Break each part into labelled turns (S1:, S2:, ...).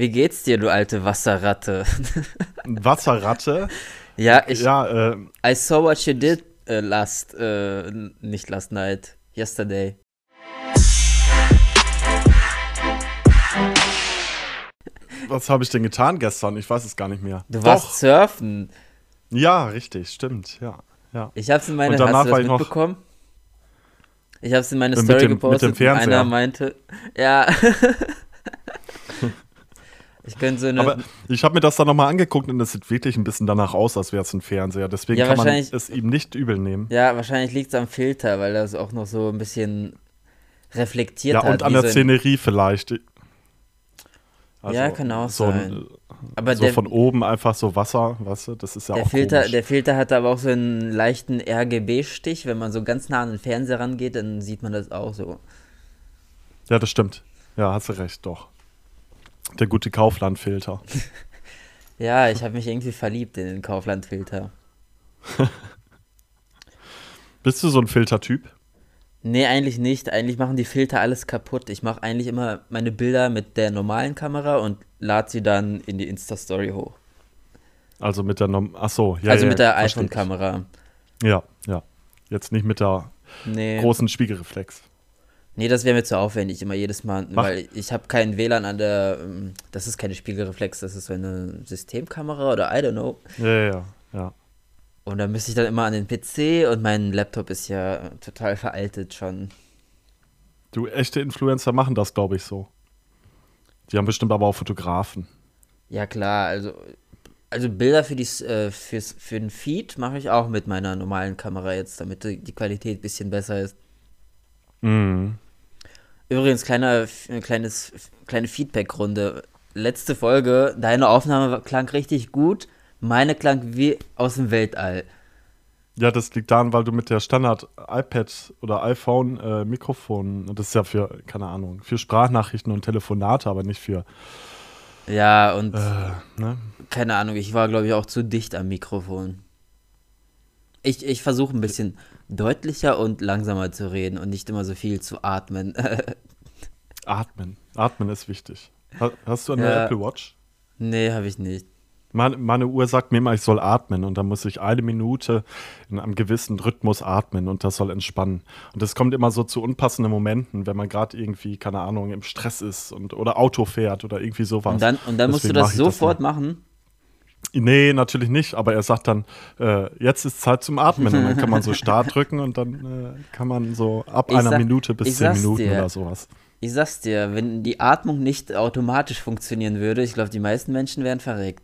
S1: Wie geht's dir, du alte Wasserratte?
S2: Wasserratte?
S1: Ja,
S2: Ja,
S1: I saw what you did nicht last night, yesterday.
S2: was habe ich denn getan gestern? Ich weiß es gar nicht mehr.
S1: Du warst surfen.
S2: Ja, richtig, stimmt, ja. Ja.
S1: Ich hab's in meine,
S2: Und danach
S1: hast du
S2: war
S1: das
S2: ich noch
S1: mitbekommen? Ich hab's in meine
S2: mit
S1: Story
S2: dem
S1: gepostet und
S2: Fernseher.
S1: einer meinte, ja, ich könnte so eine,
S2: Aber ich habe mir das dann nochmal angeguckt und es sieht wirklich ein bisschen danach aus, als wäre es ein Fernseher. Deswegen
S1: Ja,
S2: kann man
S1: wahrscheinlich-
S2: es ihm nicht übel nehmen.
S1: ja, wahrscheinlich liegt's am Filter, weil das auch noch so ein bisschen reflektiert
S2: Ja,
S1: hat.
S2: und an
S1: wie
S2: der
S1: so ein-
S2: Szenerie vielleicht.
S1: Ja, kann auch
S2: so
S1: sein. Aber
S2: so von oben einfach so Wasser, weißt du, das ist ja
S1: der
S2: auch komisch.
S1: Filter hatte aber auch so einen leichten RGB-Stich. Wenn man so ganz nah an den Fernseher rangeht, dann sieht man das auch so.
S2: Ja, das stimmt. Ja, hast du recht, doch. Der gute Kaufland-Filter.
S1: Ja, ich habe mich irgendwie verliebt in den Kaufland-Filter.
S2: Bist du so ein Filtertyp?
S1: Nee, eigentlich nicht. Eigentlich machen die Filter alles kaputt. Ich mache eigentlich immer meine Bilder mit der normalen Kamera und lade sie dann in die Insta-Story hoch.
S2: Also mit der Ach so, ja,
S1: Also
S2: ja,
S1: mit der
S2: verstehe ich.
S1: iPhone-Kamera.
S2: Ja, ja. Jetzt nicht mit der
S1: Nee.
S2: großen Spiegelreflex.
S1: Nee, das wäre mir zu aufwendig, immer jedes Mal,
S2: Ach.
S1: weil ich habe keinen WLAN an der, das ist keine Spiegelreflex, das ist so eine Systemkamera oder I don't know.
S2: Ja, ja, ja, ja.
S1: Und dann müsste ich dann immer an den PC und mein Laptop ist ja total veraltet schon.
S2: Du, echte Influencer machen das, glaube ich, so. Die haben bestimmt aber auch Fotografen.
S1: Ja klar, also Bilder für für den Feed mache ich auch mit meiner normalen Kamera jetzt, damit die Qualität ein bisschen besser ist.
S2: Mhm.
S1: Übrigens, kleine Feedback-Runde. Letzte Folge, deine Aufnahme klang richtig gut, meine klang wie aus dem Weltall.
S2: Ja, das liegt daran, weil du mit der Standard-iPad- oder iPhone-Mikrofon, das ist ja für, keine Ahnung, für Sprachnachrichten und Telefonate, aber nicht für,
S1: Ja, und
S2: ne?
S1: keine Ahnung, ich war, glaube ich, auch zu dicht am Mikrofon. Ich versuche ein bisschen deutlicher und langsamer zu reden und nicht immer so viel zu atmen.
S2: Atmen. Atmen ist wichtig. Hast du eine
S1: Ja.
S2: Apple Watch?
S1: Nee, habe ich nicht.
S2: Meine Uhr sagt mir immer, ich soll atmen und dann muss ich 1 Minute in einem gewissen Rhythmus atmen und das soll entspannen. Und das kommt immer so zu unpassenden Momenten, wenn man gerade irgendwie, keine Ahnung, im Stress ist oder Auto fährt oder irgendwie sowas.
S1: Und dann musst du
S2: Deswegen
S1: das
S2: mach ich das
S1: sofort
S2: nicht.
S1: machen.
S2: Nee, natürlich nicht, aber er sagt dann, jetzt ist Zeit zum Atmen und dann kann man so Start drücken und dann kann man so ab
S1: Ich
S2: einer
S1: sag-
S2: Minute
S1: ich
S2: bis 10
S1: sag's
S2: Minuten
S1: dir.
S2: oder sowas.
S1: Ich sag's dir, wenn die Atmung nicht automatisch funktionieren würde, ich glaube, die meisten Menschen wären verreckt.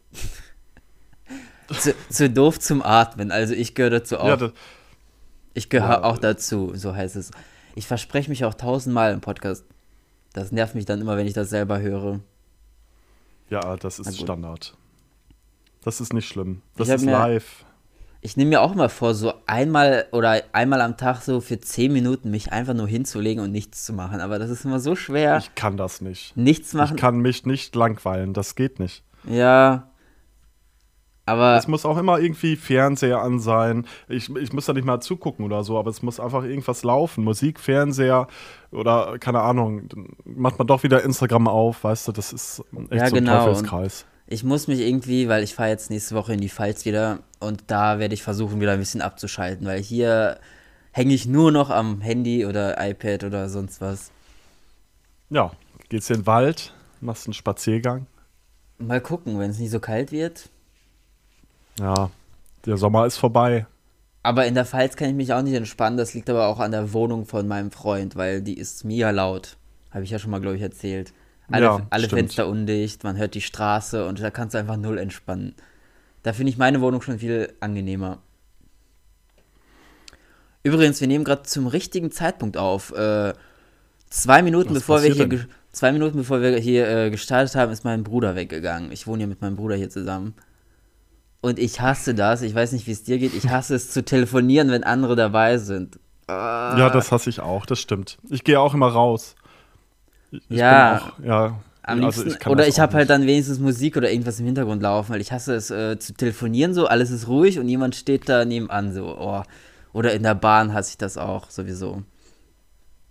S1: zu doof zum Atmen, also ich gehöre dazu auch.
S2: Ja, das,
S1: Ich gehöre
S2: Ja.
S1: auch dazu, so heißt es. Ich verspreche mich auch 1000-mal im Podcast. Das nervt mich dann immer, wenn ich das selber höre.
S2: ja, das
S1: Na
S2: ist
S1: gut.
S2: Standard. Das ist nicht schlimm. Das
S1: Ich hab
S2: ist
S1: mir-
S2: live.
S1: Ich nehme mir auch immer vor, so einmal am Tag so für 10 Minuten mich einfach nur hinzulegen und nichts zu machen. Aber das ist immer so schwer.
S2: Ich kann das nicht.
S1: Nichts
S2: Ich
S1: machen.
S2: kann mich nicht langweilen, das geht nicht.
S1: Ja. Aber
S2: Es muss auch immer irgendwie Fernseher an sein. Ich muss da nicht mal zugucken oder so, aber es muss einfach irgendwas laufen. Musik, Fernseher oder keine Ahnung. Dann macht man doch wieder Instagram auf, weißt du, das ist echt
S1: Ja,
S2: so ein
S1: genau.
S2: Teufelskreis.
S1: ich muss mich irgendwie, weil ich fahre jetzt nächste Woche in die Pfalz wieder und da werde ich versuchen, wieder ein bisschen abzuschalten, weil hier hänge ich nur noch am Handy oder iPad oder sonst was.
S2: Ja, gehst in den Wald, machst einen Spaziergang.
S1: Mal gucken, wenn es nicht so kalt wird.
S2: Ja, der Sommer ist vorbei.
S1: Aber in der Pfalz kann ich mich auch nicht entspannen. Das liegt aber auch an der Wohnung von meinem Freund, weil die ist mega laut. Habe ich ja schon mal, glaube ich, erzählt.
S2: Ja,
S1: Alle
S2: stimmt.
S1: Fenster undicht, man hört die Straße und da kannst du einfach null entspannen. Da finde ich meine Wohnung schon viel angenehmer. Übrigens, wir nehmen gerade zum richtigen Zeitpunkt auf. 2 Minuten,
S2: Was
S1: bevor wir
S2: passiert
S1: hier,
S2: denn?
S1: 2 Minuten bevor wir hier gestartet haben, ist mein Bruder weggegangen. Ich wohne ja mit meinem Bruder hier zusammen. Und ich hasse das. Ich weiß nicht, wie es dir geht. Ich hasse es zu telefonieren, wenn andere dabei sind.
S2: Ja, das hasse ich auch, das stimmt. Ich gehe auch immer raus. Ich
S1: Ja.
S2: bin auch, ja.
S1: Am
S2: also
S1: liebsten,
S2: kann
S1: oder
S2: das
S1: ich
S2: auch
S1: habe halt
S2: nicht.
S1: dann wenigstens Musik oder irgendwas im Hintergrund laufen, weil ich hasse es zu telefonieren so, alles ist ruhig und jemand steht da nebenan so. Oh. Oder in der Bahn hasse ich das auch sowieso.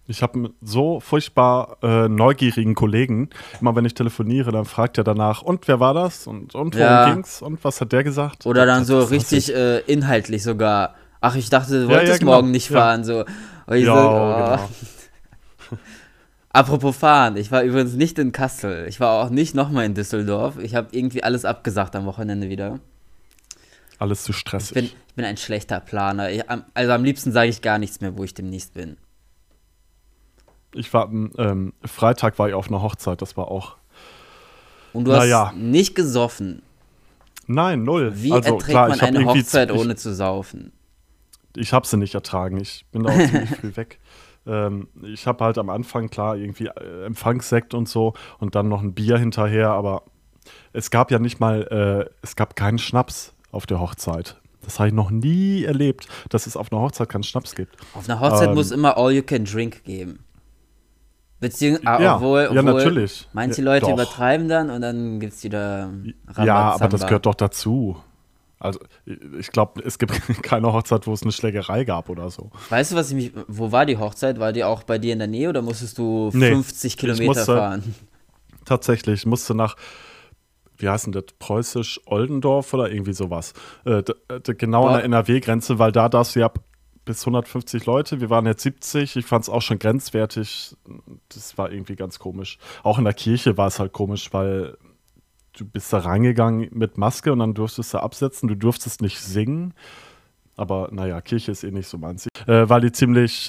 S2: Ich habe einen so furchtbar neugierigen Kollegen. Immer wenn ich telefoniere, dann fragt er danach, und wer war das? Und worum
S1: Ja,
S2: ging's? Und was hat der gesagt?
S1: oder dann so
S2: Das hasse
S1: richtig
S2: ich.
S1: Inhaltlich sogar. Ach, ich dachte, du
S2: Ja, ja,
S1: wolltest morgen
S2: genau.
S1: nicht
S2: Ja,
S1: fahren, so. Und ich so,
S2: ja,
S1: oh.
S2: genau.
S1: Apropos fahren, ich war übrigens nicht in Kassel. Ich war auch nicht nochmal in Düsseldorf. Ich habe irgendwie alles abgesagt am Wochenende wieder.
S2: Alles zu
S1: Ich bin,
S2: stressig.
S1: ich bin ein schlechter Planer. Also am liebsten sage ich gar nichts mehr, wo ich demnächst bin.
S2: Ich war Freitag war ich auf einer Hochzeit, das war auch.
S1: Und du hast
S2: Naja,
S1: nicht gesoffen.
S2: nein, null.
S1: Wie
S2: Also
S1: erträgt
S2: klar,
S1: man
S2: ich habe
S1: eine
S2: irgendwie,
S1: Hochzeit ohne zu saufen?
S2: ich habe sie nicht ertragen. Ich bin da auch ziemlich früh weg. Ich habe halt am Anfang klar irgendwie Empfangssekt und so und dann noch ein Bier hinterher, aber es gab ja nicht mal, es gab keinen Schnaps auf der Hochzeit. Das habe ich noch nie erlebt, dass es auf einer Hochzeit keinen Schnaps gibt.
S1: Auf einer Hochzeit muss
S2: Ähm,
S1: immer All You Can Drink geben.
S2: ja,
S1: Obwohl
S2: ja, natürlich. Ja,
S1: manche Leute
S2: doch.
S1: übertreiben dann und dann gibt es wieder
S2: Ja, aber das
S1: Rambazamba.
S2: gehört doch dazu. Also, ich glaube, es gibt keine Hochzeit, wo es eine Schlägerei gab oder so.
S1: Weißt du, wo war die Hochzeit? War die auch bei dir in der Nähe oder musstest du
S2: Nee,
S1: 50
S2: ich
S1: Kilometer
S2: musste
S1: fahren?
S2: tatsächlich, ich musste nach, wie heißt denn das, Preußisch-Oldendorf oder irgendwie sowas. Genau an der
S1: Boah,
S2: NRW-Grenze, weil da darfst du ja bis 150 Leute, wir waren jetzt 70, ich fand es auch schon grenzwertig. Das war irgendwie ganz komisch. Auch in der Kirche war es halt komisch, weil du bist da reingegangen mit Maske und dann durftest du absetzen, du durftest nicht singen. Aber naja, Kirche ist eh nicht so meins. Weil die ziemlich,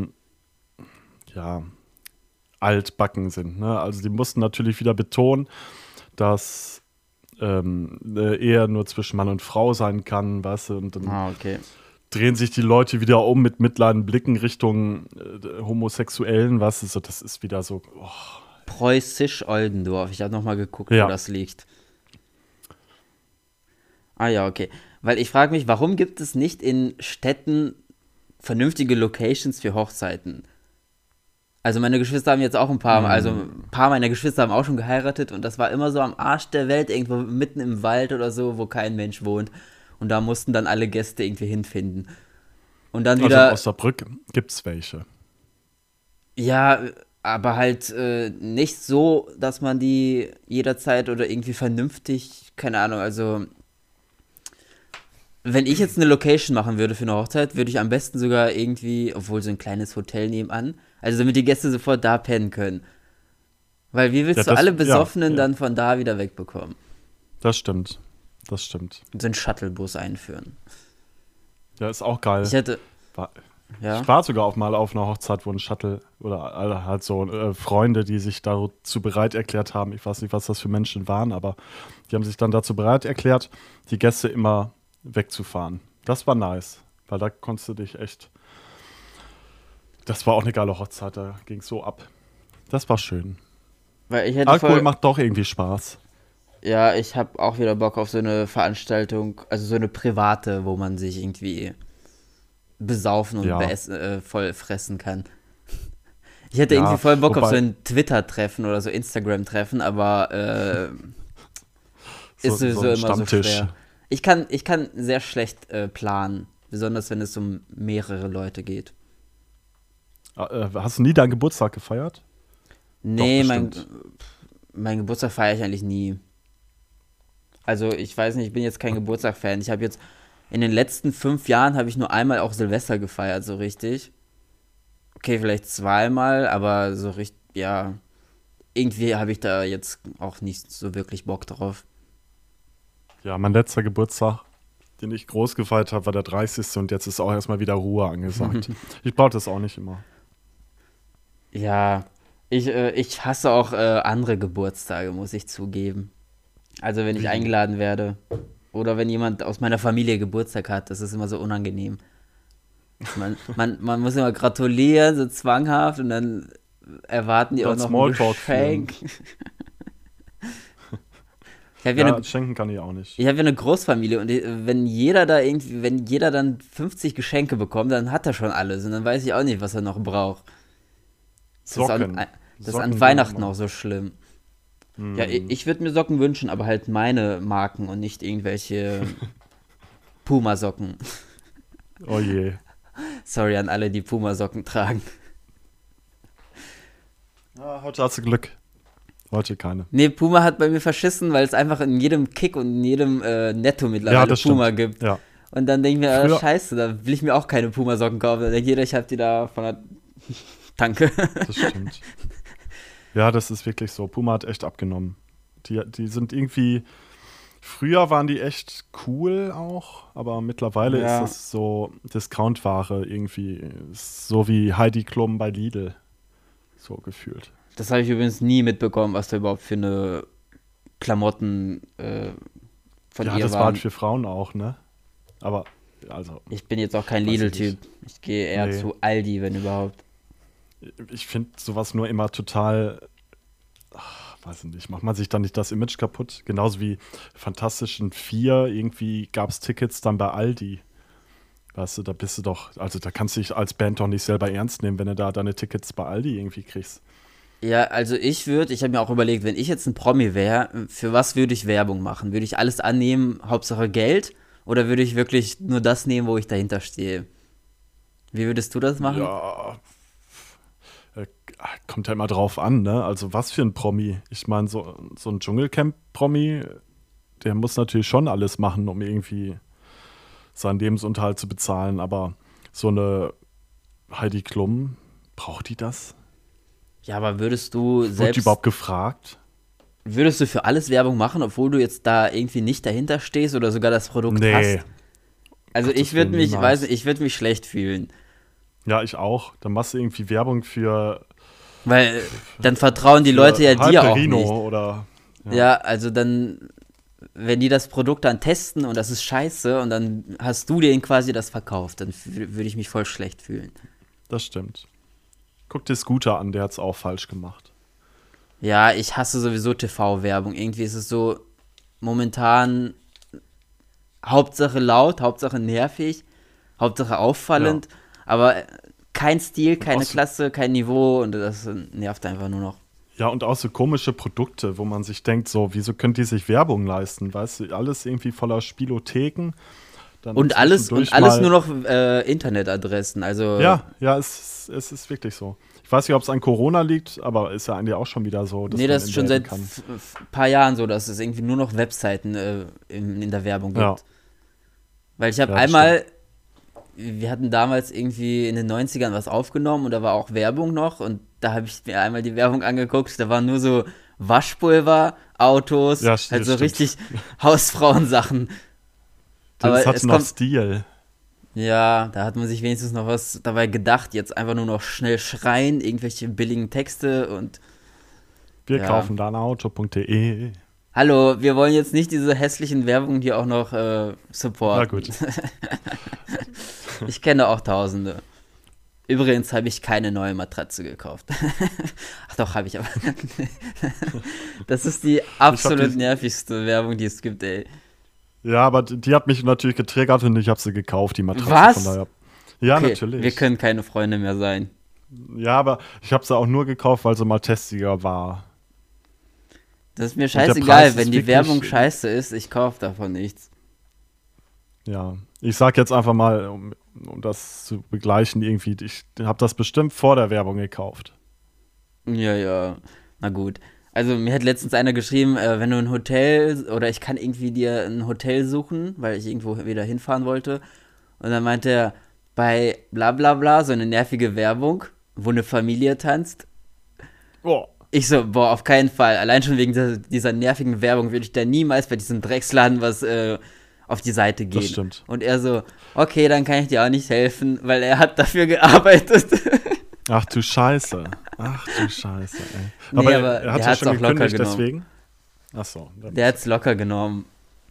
S2: ja, altbacken sind. Ne? Also die mussten natürlich wieder betonen, dass eine Ehe nur zwischen Mann und Frau sein kann, weißt du, und dann
S1: okay.
S2: drehen sich die Leute wieder um mit mitleidenden Blicken Richtung Homosexuellen, weißt du, so, das ist wieder so, oh,
S1: Preußisch-Oldendorf. Ich habe nochmal geguckt, wo
S2: ja,
S1: das liegt. Ah ja, okay. Weil ich frage mich, warum gibt es nicht in Städten vernünftige Locations für Hochzeiten? Also meine Geschwister haben jetzt auch also ein paar meiner Geschwister haben auch schon geheiratet und das war immer so am Arsch der Welt, irgendwo mitten im Wald oder so, wo kein Mensch wohnt. Und da mussten dann alle Gäste irgendwie hinfinden. Und dann
S2: also in
S1: wieder,
S2: Osnabrück gibt's welche.
S1: ja, aber halt nicht so, dass man die jederzeit oder irgendwie vernünftig, keine Ahnung, also wenn ich jetzt eine Location machen würde für eine Hochzeit, würde ich am besten sogar irgendwie, obwohl so ein kleines Hotel nebenan, also damit die Gäste sofort da pennen können. Weil wie
S2: Ja,
S1: willst du
S2: das,
S1: alle
S2: ja,
S1: Besoffenen
S2: ja,
S1: dann von da wieder wegbekommen?
S2: das stimmt. Das stimmt.
S1: Und so einen Shuttlebus einführen.
S2: Ja, ist auch
S1: Ich
S2: geil.
S1: hätte,
S2: War,
S1: ja,
S2: Ich war sogar auch mal auf einer Hochzeit, wo ein Shuttle oder halt so Freunde, die sich dazu bereit erklärt haben. Ich weiß nicht, was das für Menschen waren, aber die haben sich dann dazu bereit erklärt, die Gäste immer wegzufahren. Das war nice, weil da konntest du dich echt. Das war auch eine geile Hochzeit, da ging es so ab. Das war schön.
S1: weil ich hätte
S2: Alkohol
S1: voll,
S2: macht doch irgendwie Spaß.
S1: ja, ich habe auch wieder Bock auf so eine Veranstaltung, also so eine private, wo man sich irgendwie besaufen und
S2: Ja,
S1: voll fressen kann. Ich hätte irgendwie
S2: ja,
S1: voll Bock auf so
S2: wobei
S1: ein Twitter-Treffen oder so Instagram-Treffen, aber ist
S2: so
S1: sowieso
S2: ein
S1: immer so
S2: Stammtisch.
S1: schwer. Ich kann sehr schlecht planen, besonders wenn es um mehrere Leute geht.
S2: Hast du nie deinen Geburtstag gefeiert? Doch,
S1: Nee,
S2: bestimmt.
S1: mein Geburtstag feiere ich eigentlich nie. Also ich weiß nicht, ich bin jetzt kein Geburtstag-Fan. Ich habe jetzt in den letzten 5 Jahren habe ich nur einmal auch Silvester gefeiert, so richtig. Okay, vielleicht zweimal, aber so richtig, ja, irgendwie habe ich da jetzt auch nicht so wirklich Bock drauf.
S2: Ja, mein letzter Geburtstag, den ich groß gefeiert habe, war der 30. und jetzt ist auch erstmal wieder Ruhe angesagt. Ich brauche das auch nicht immer.
S1: Ja, ich hasse auch andere Geburtstage, muss ich zugeben. Also wenn ich
S2: Wie?
S1: eingeladen werde oder wenn jemand aus meiner Familie Geburtstag hat, das ist immer so unangenehm. Man muss immer gratulieren, so zwanghaft und dann erwarten die auch
S2: Dann
S1: noch ein
S2: Smalltalk führen.
S1: Geschenk. Ich habe ja
S2: Ja,
S1: eine,
S2: schenken kann ich auch nicht.
S1: ich hab ja eine Großfamilie und wenn jeder dann 50 Geschenke bekommt, dann hat er schon alles und dann weiß ich auch nicht, was er noch braucht. Das ist an,
S2: Socken.
S1: das ist an
S2: Socken gehen
S1: Weihnachten
S2: immer.
S1: auch so schlimm. Ja,
S2: Hm.
S1: ich würde mir Socken wünschen, aber halt meine Marken und nicht irgendwelche Puma-Socken.
S2: Oh je.
S1: Sorry an alle, die Puma-Socken tragen.
S2: Ja, heute hast du Glück. Heute keine.
S1: Nee, Puma hat bei mir verschissen, weil es einfach in jedem Kick und in jedem Netto mittlerweile Puma
S2: stimmt.
S1: gibt.
S2: Ja.
S1: Und dann denke ich mir,
S2: Früher,
S1: scheiße, da will ich mir auch keine Puma-Socken kaufen. Dann denkt jeder, ich hab die da von der Tanke.
S2: das stimmt. Ja, das ist wirklich so. Puma hat echt abgenommen. Die sind irgendwie, früher waren die echt cool auch, aber mittlerweile ist das so Discount-Ware irgendwie, so wie Heidi Klum bei Lidl, so gefühlt.
S1: Das habe ich übrigens nie mitbekommen, was da überhaupt für eine Klamotten von
S2: Ja,
S1: ihr
S2: das war halt
S1: waren.
S2: für Frauen auch, ne? Aber, also,
S1: Ich bin jetzt auch kein
S2: weiß ich
S1: Lidl-Typ.
S2: nicht.
S1: Ich gehe eher
S2: Nee.
S1: zu Aldi, wenn überhaupt.
S2: Ich finde sowas nur immer total, weiß ich nicht, macht man sich dann nicht das Image kaputt? Genauso wie Fantastischen Vier, irgendwie gab es Tickets dann bei Aldi. Weißt du, da bist du doch, also da kannst du dich als Band doch nicht selber ernst nehmen, wenn du da deine Tickets bei Aldi irgendwie kriegst.
S1: Ja, also ich habe mir auch überlegt, wenn ich jetzt ein Promi wäre, für was würde ich Werbung machen? Würde ich alles annehmen, Hauptsache Geld? Oder würde ich wirklich nur das nehmen, wo ich dahinter stehe? Wie würdest du das machen?
S2: Ja, äh, kommt ja immer drauf an, ne? Also was für ein Promi. Ich meine, so ein Dschungelcamp-Promi, der muss natürlich schon alles machen, um irgendwie seinen Lebensunterhalt zu bezahlen, aber so eine Heidi Klum, braucht die das?
S1: Ja, aber würdest du
S2: Wurde die
S1: selbst,
S2: überhaupt gefragt?
S1: würdest du für alles Werbung machen, obwohl du jetzt da irgendwie nicht dahinter stehst oder sogar das Produkt
S2: Nee,
S1: hast? Also
S2: Gottes
S1: ich würde
S2: Willen,
S1: mich, weiß
S2: niemals.
S1: nicht, ich würde mich schlecht fühlen.
S2: Ja, ich auch. Dann machst du irgendwie Werbung
S1: Weil dann vertrauen die Leute ja
S2: für
S1: dir auch
S2: Halperino
S1: nicht.
S2: oder ja,
S1: Ja, also dann, wenn die das Produkt dann testen und das ist scheiße und dann hast du denen quasi das verkauft, dann würde ich mich voll schlecht fühlen.
S2: das stimmt. Guck dir Scooter an, der hat's auch falsch gemacht.
S1: Ja, ich hasse sowieso TV-Werbung. Irgendwie ist es so momentan Hauptsache laut, Hauptsache nervig, Hauptsache
S2: Ja.
S1: auffallend, aber kein Stil,
S2: Und auch
S1: keine
S2: so,
S1: Klasse, kein Niveau und das nervt einfach nur noch.
S2: ja, und auch so komische Produkte, wo man sich denkt, so, wieso könnt ihr sich Werbung leisten? Weißt du, alles irgendwie voller Spielotheken. Dann
S1: Und
S2: zwischendurch
S1: alles nur
S2: mal.
S1: noch Internetadressen. Also,
S2: Ja, es ist wirklich so. Ich weiß nicht, ob es an Corona liegt, aber ist ja eigentlich auch schon wieder so, dass
S1: nee,
S2: man
S1: das ist
S2: in
S1: schon
S2: Läden
S1: seit
S2: kann.
S1: paar Jahren so, dass es irgendwie nur noch Webseiten in der Werbung
S2: Ja,
S1: gibt. Weil ich habe
S2: ja, das stimmt.
S1: einmal, wir hatten damals irgendwie in den 90ern was aufgenommen und da war auch Werbung noch und da habe ich mir einmal die Werbung angeguckt, da waren nur so Waschpulver, Autos,
S2: Ja,
S1: halt
S2: das
S1: so
S2: stimmt.
S1: richtig Hausfrauensachen.
S2: Das
S1: Aber
S2: hatte
S1: es
S2: noch
S1: kommt,
S2: Stil.
S1: ja, da hat man sich wenigstens noch was dabei gedacht, jetzt einfach nur noch schnell schreien, irgendwelche billigen Texte und
S2: Wir
S1: ja.
S2: kaufen danauto.de.
S1: Hallo, wir wollen jetzt nicht diese hässlichen Werbungen hier auch noch
S2: Na
S1: supporten.
S2: gut.
S1: Ich kenne auch Tausende. Übrigens habe ich keine neue Matratze gekauft. Ach doch, habe ich aber. Das ist die
S2: Ich habe
S1: absolut
S2: die,
S1: nervigste Werbung, die es gibt, ey.
S2: ja, aber die hat mich natürlich getriggert und ich habe sie gekauft, die Matratze. Von
S1: Was?
S2: daher. Ja,
S1: Okay, wir
S2: natürlich.
S1: können keine Freunde mehr sein.
S2: Ja, aber ich habe sie auch nur gekauft, weil sie mal Testiger war.
S1: Das ist mir
S2: Und der Preis
S1: scheißegal, wenn
S2: ist
S1: die Werbung
S2: wirklich,
S1: scheiße ist, ich kaufe davon nichts.
S2: ja, ich sag jetzt einfach mal, um das zu begleichen, irgendwie, ich habe das bestimmt vor der Werbung gekauft.
S1: Ja, ja, na gut. Also mir hat letztens einer geschrieben, wenn du ein Hotel oder ich kann irgendwie dir ein Hotel suchen, weil ich irgendwo wieder hinfahren wollte. Und dann meinte er, bei bla bla bla, so eine nervige Werbung, wo eine Familie tanzt.
S2: Boah,
S1: Ich so, boah, auf keinen Fall. Allein schon wegen dieser nervigen Werbung würde ich da niemals bei diesem Drecksladen was auf die Seite
S2: das
S1: gehen.
S2: stimmt.
S1: Und er so, okay, dann kann ich dir auch nicht helfen, weil er hat dafür gearbeitet.
S2: Ach du Scheiße. Ach du Scheiße, ey.
S1: Nee,
S2: Aber
S1: aber
S2: er hat
S1: der
S2: ja
S1: hat's
S2: schon
S1: auch locker
S2: gekündigt,
S1: genommen.
S2: deswegen. Ach so.
S1: Der hat's locker genommen.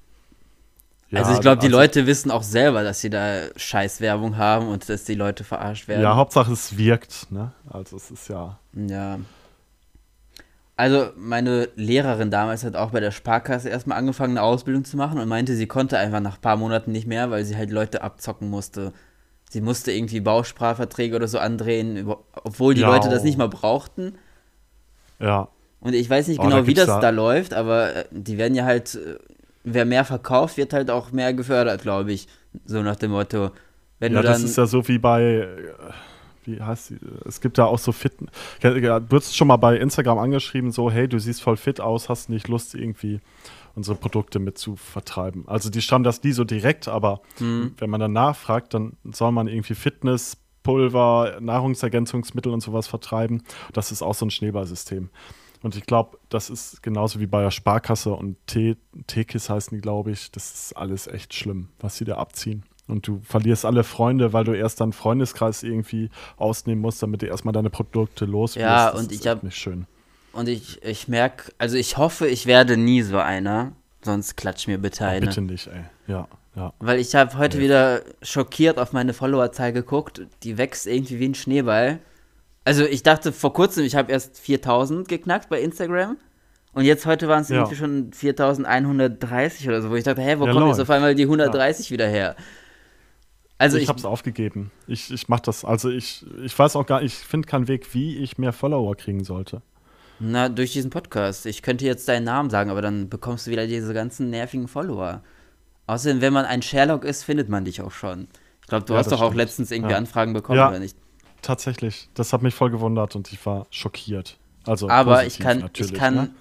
S1: Also
S2: Ja,
S1: ich glaube, die
S2: also,
S1: Leute wissen auch selber, dass sie da Scheißwerbung haben und dass die Leute verarscht
S2: ja,
S1: werden.
S2: Hauptsache es wirkt, ne? Also es ist ja.
S1: Ja. Also meine Lehrerin damals hat auch bei der Sparkasse erstmal angefangen, eine Ausbildung zu machen und meinte, sie konnte einfach nach ein paar Monaten nicht mehr, weil sie halt Leute abzocken musste. Sie musste irgendwie Bausparverträge oder so andrehen, obwohl die
S2: Ja,
S1: Leute das nicht mal brauchten.
S2: ja.
S1: Und ich weiß nicht
S2: Oh, da
S1: genau, wie
S2: gibt's
S1: das da
S2: da.
S1: läuft, aber die werden ja halt, wer mehr verkauft, wird halt auch mehr gefördert, glaube ich. So nach dem Motto. Wenn du
S2: Ja, das ist
S1: dann,
S2: ja so wie wie heißt sie? Es gibt da auch so Fit. Ja, du hast schon mal bei Instagram angeschrieben, so, hey, du siehst voll fit aus, hast nicht Lust, irgendwie unsere Produkte mit zu vertreiben. Also die schreiben das nie so direkt, aber wenn man dann nachfragt, dann soll man irgendwie Fitnesspulver, Nahrungsergänzungsmittel und sowas vertreiben. Das ist auch so ein Schneeballsystem. Und ich glaube, das ist genauso wie bei der Sparkasse und Tekis heißen die, glaube ich. Das ist alles echt schlimm, was sie da abziehen. Und du verlierst alle Freunde, weil du erst deinen Freundeskreis irgendwie ausnehmen musst, damit du erstmal deine Produkte los wirst.
S1: Ja,
S2: das
S1: und
S2: ist echt nicht schön.
S1: Und ich merke, also ich hoffe, ich werde nie so einer, sonst klatsch mir bitte eine.
S2: Bitte nicht, ey. Ja.
S1: Weil ich habe heute wieder schockiert auf meine Followerzahl geguckt, die wächst irgendwie wie ein Schneeball. Also ich dachte vor kurzem, ich habe erst 4000 geknackt bei Instagram und jetzt heute waren es irgendwie schon 4130 oder so, wo ich dachte, hä, wo kommen jetzt auf einmal die 130 wieder her? Also
S2: ich habe es aufgegeben. Ich mache das, also ich weiß auch gar nicht, ich finde keinen Weg, wie ich mehr Follower kriegen sollte.
S1: Na, durch diesen Podcast. Ich könnte jetzt deinen Namen sagen, aber dann bekommst du wieder diese ganzen nervigen Follower. Außerdem, wenn man ein Sherlock ist, findet man dich auch schon. Ich glaube, du hast doch auch letztens irgendwie Anfragen bekommen, oder nicht?
S2: Tatsächlich. Das hat mich voll gewundert und ich war schockiert. Also
S1: aber
S2: ich kann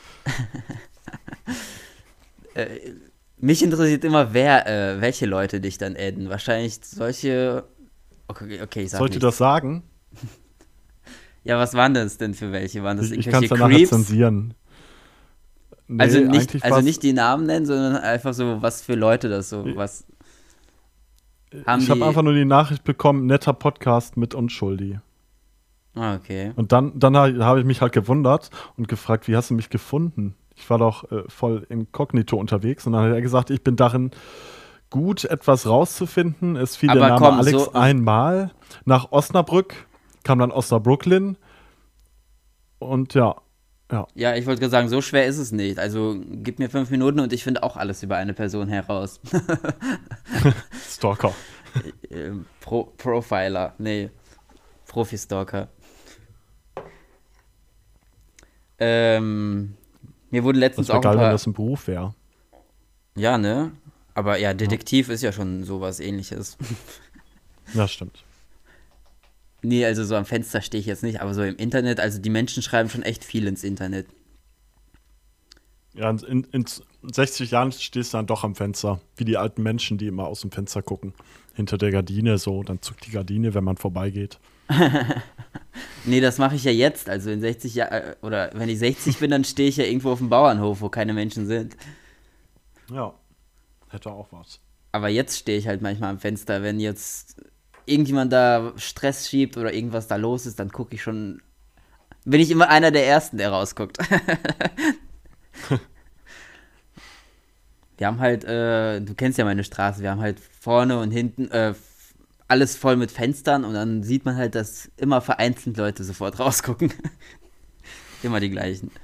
S1: mich interessiert immer, welche Leute dich dann adden. Wahrscheinlich solche. Okay, ich sag
S2: Sollte das sagen?
S1: Ja, was waren das denn für welche? Waren das
S2: ich kann es danach zensieren.
S1: Nee, also nicht die Namen nennen, sondern einfach so, was für Leute das so, was.
S2: Ich habe einfach nur die Nachricht bekommen, netter Podcast mit Unschuldi.
S1: Ah, okay.
S2: Und dann habe ich mich halt gewundert und gefragt, wie hast du mich gefunden? Ich war doch voll inkognito unterwegs und dann hat er gesagt, ich bin darin gut, etwas rauszufinden. Es fiel der Name Alex einmal. Nach Osnabrück kam dann Osnabrücklin und ja.
S1: Ja, ich wollte gerade sagen, so schwer ist es nicht. Also gib mir 5 Minuten und ich finde auch alles über eine Person heraus.
S2: Stalker.
S1: Profiler. Nee, Profi-Stalker. Mir wurde letztens
S2: das
S1: auch
S2: geil, wenn das ein Beruf wäre.
S1: Ja, ne? Aber ja, Detektiv ist ja schon sowas Ähnliches.
S2: Ja, stimmt.
S1: Nee, also so am Fenster stehe ich jetzt nicht, aber so im Internet, also die Menschen schreiben schon echt viel ins Internet.
S2: Ja, in 60 Jahren stehst du dann doch am Fenster, wie die alten Menschen, die immer aus dem Fenster gucken. Hinter der Gardine so, dann zuckt die Gardine, wenn man vorbeigeht.
S1: Nee, das mache ich ja jetzt, also in 60 Jahren, oder wenn ich 60 bin, dann stehe ich ja irgendwo auf dem Bauernhof, wo keine Menschen sind.
S2: Ja, hätte auch was.
S1: Aber jetzt stehe ich halt manchmal am Fenster, wenn jetzt irgendjemand da Stress schiebt oder irgendwas da los ist, dann gucke ich schon, bin ich immer einer der Ersten, der rausguckt. Wir haben halt, du kennst ja meine Straße, wir haben halt vorne und hinten alles voll mit Fenstern und dann sieht man halt, dass immer vereinzelt Leute sofort rausgucken. Immer die gleichen.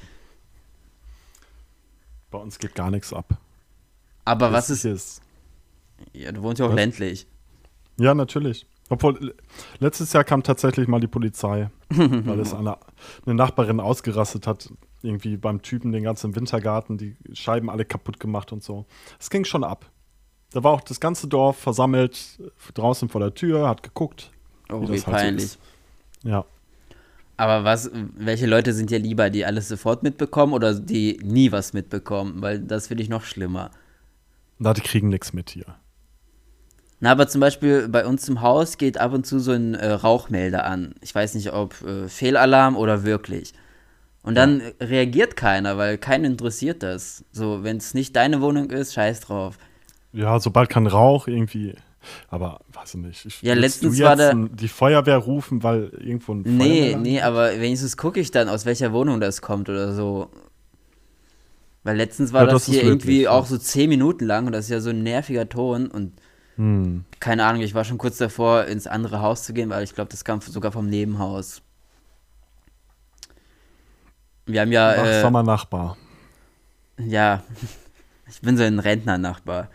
S2: Bei uns geht gar nichts ab.
S1: Aber was ist... Ja, du wohnst ja auch ländlich.
S2: Ja, natürlich. Obwohl, letztes Jahr kam tatsächlich mal die Polizei, weil es eine Nachbarin ausgerastet hat, irgendwie beim Typen den ganzen Wintergarten, die Scheiben alle kaputt gemacht und so. Es ging schon ab. Da war auch das ganze Dorf versammelt, draußen vor der Tür, hat geguckt.
S1: Oh, wie peinlich.
S2: So ist. Ja.
S1: Aber welche Leute sind dir lieber, die alles sofort mitbekommen oder die nie was mitbekommen? Weil das finde ich noch schlimmer.
S2: Na, die kriegen nichts mit hier.
S1: Na, aber zum Beispiel bei uns im Haus geht ab und zu so ein Rauchmelder an. Ich weiß nicht, ob Fehlalarm oder wirklich. Und dann reagiert keiner, weil keinen interessiert das. So, wenn es nicht deine Wohnung ist, scheiß drauf.
S2: Ja, sobald kein Rauch irgendwie, aber weiß ich nicht.
S1: Ja, letztens war
S2: die Feuerwehr rufen, weil irgendwo ein Feuerwehr
S1: Nee, aber wenigstens gucke ich dann, aus welcher Wohnung das kommt oder so. Weil letztens war das hier irgendwie auch so 10 Minuten lang und das ist ja so ein nerviger Ton und keine Ahnung, ich war schon kurz davor, ins andere Haus zu gehen, weil ich glaube, das kam sogar vom Nebenhaus. Wir haben ja...
S2: Wachsamer Nachbar.
S1: Ja, ich bin so ein Rentner-Nachbar.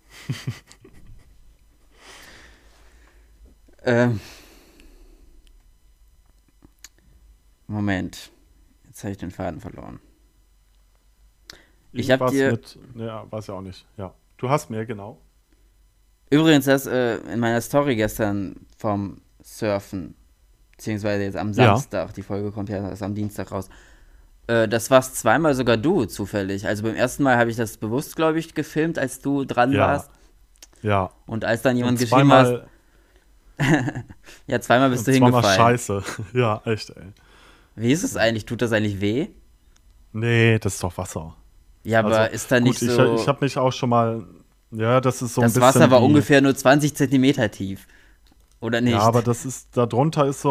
S1: Moment. Jetzt habe ich den Faden verloren. Ich habe dir...
S2: Ja, weiß ja auch nicht. Ja, du hast mir, genau.
S1: Übrigens, das in meiner Story gestern vom Surfen, Beziehungsweise jetzt am
S2: Ja,
S1: Samstag. Die Folge kommt ja erst am Dienstag raus. Das warst zweimal sogar du zufällig. Also beim ersten Mal habe ich das bewusst, glaube ich, gefilmt, als du dran
S2: ja,
S1: warst.
S2: ja.
S1: Und als dann
S2: Und
S1: jemand geschrieben hast, ja, zweimal bist du
S2: zweimal
S1: hingefallen.
S2: scheiße. Ja, echt, ey.
S1: Wie ist es eigentlich? Tut das eigentlich weh?
S2: Nee, das ist doch Wasser.
S1: Ja,
S2: Also
S1: aber ist da nicht
S2: gut, ich
S1: so.
S2: habe mich auch schon mal, ja, das ist so ein
S1: Das Wasser
S2: bisschen
S1: war
S2: wie,
S1: ungefähr nur 20 Zentimeter tief. Oder
S2: ja, aber
S1: nicht?
S2: das ist, darunter ist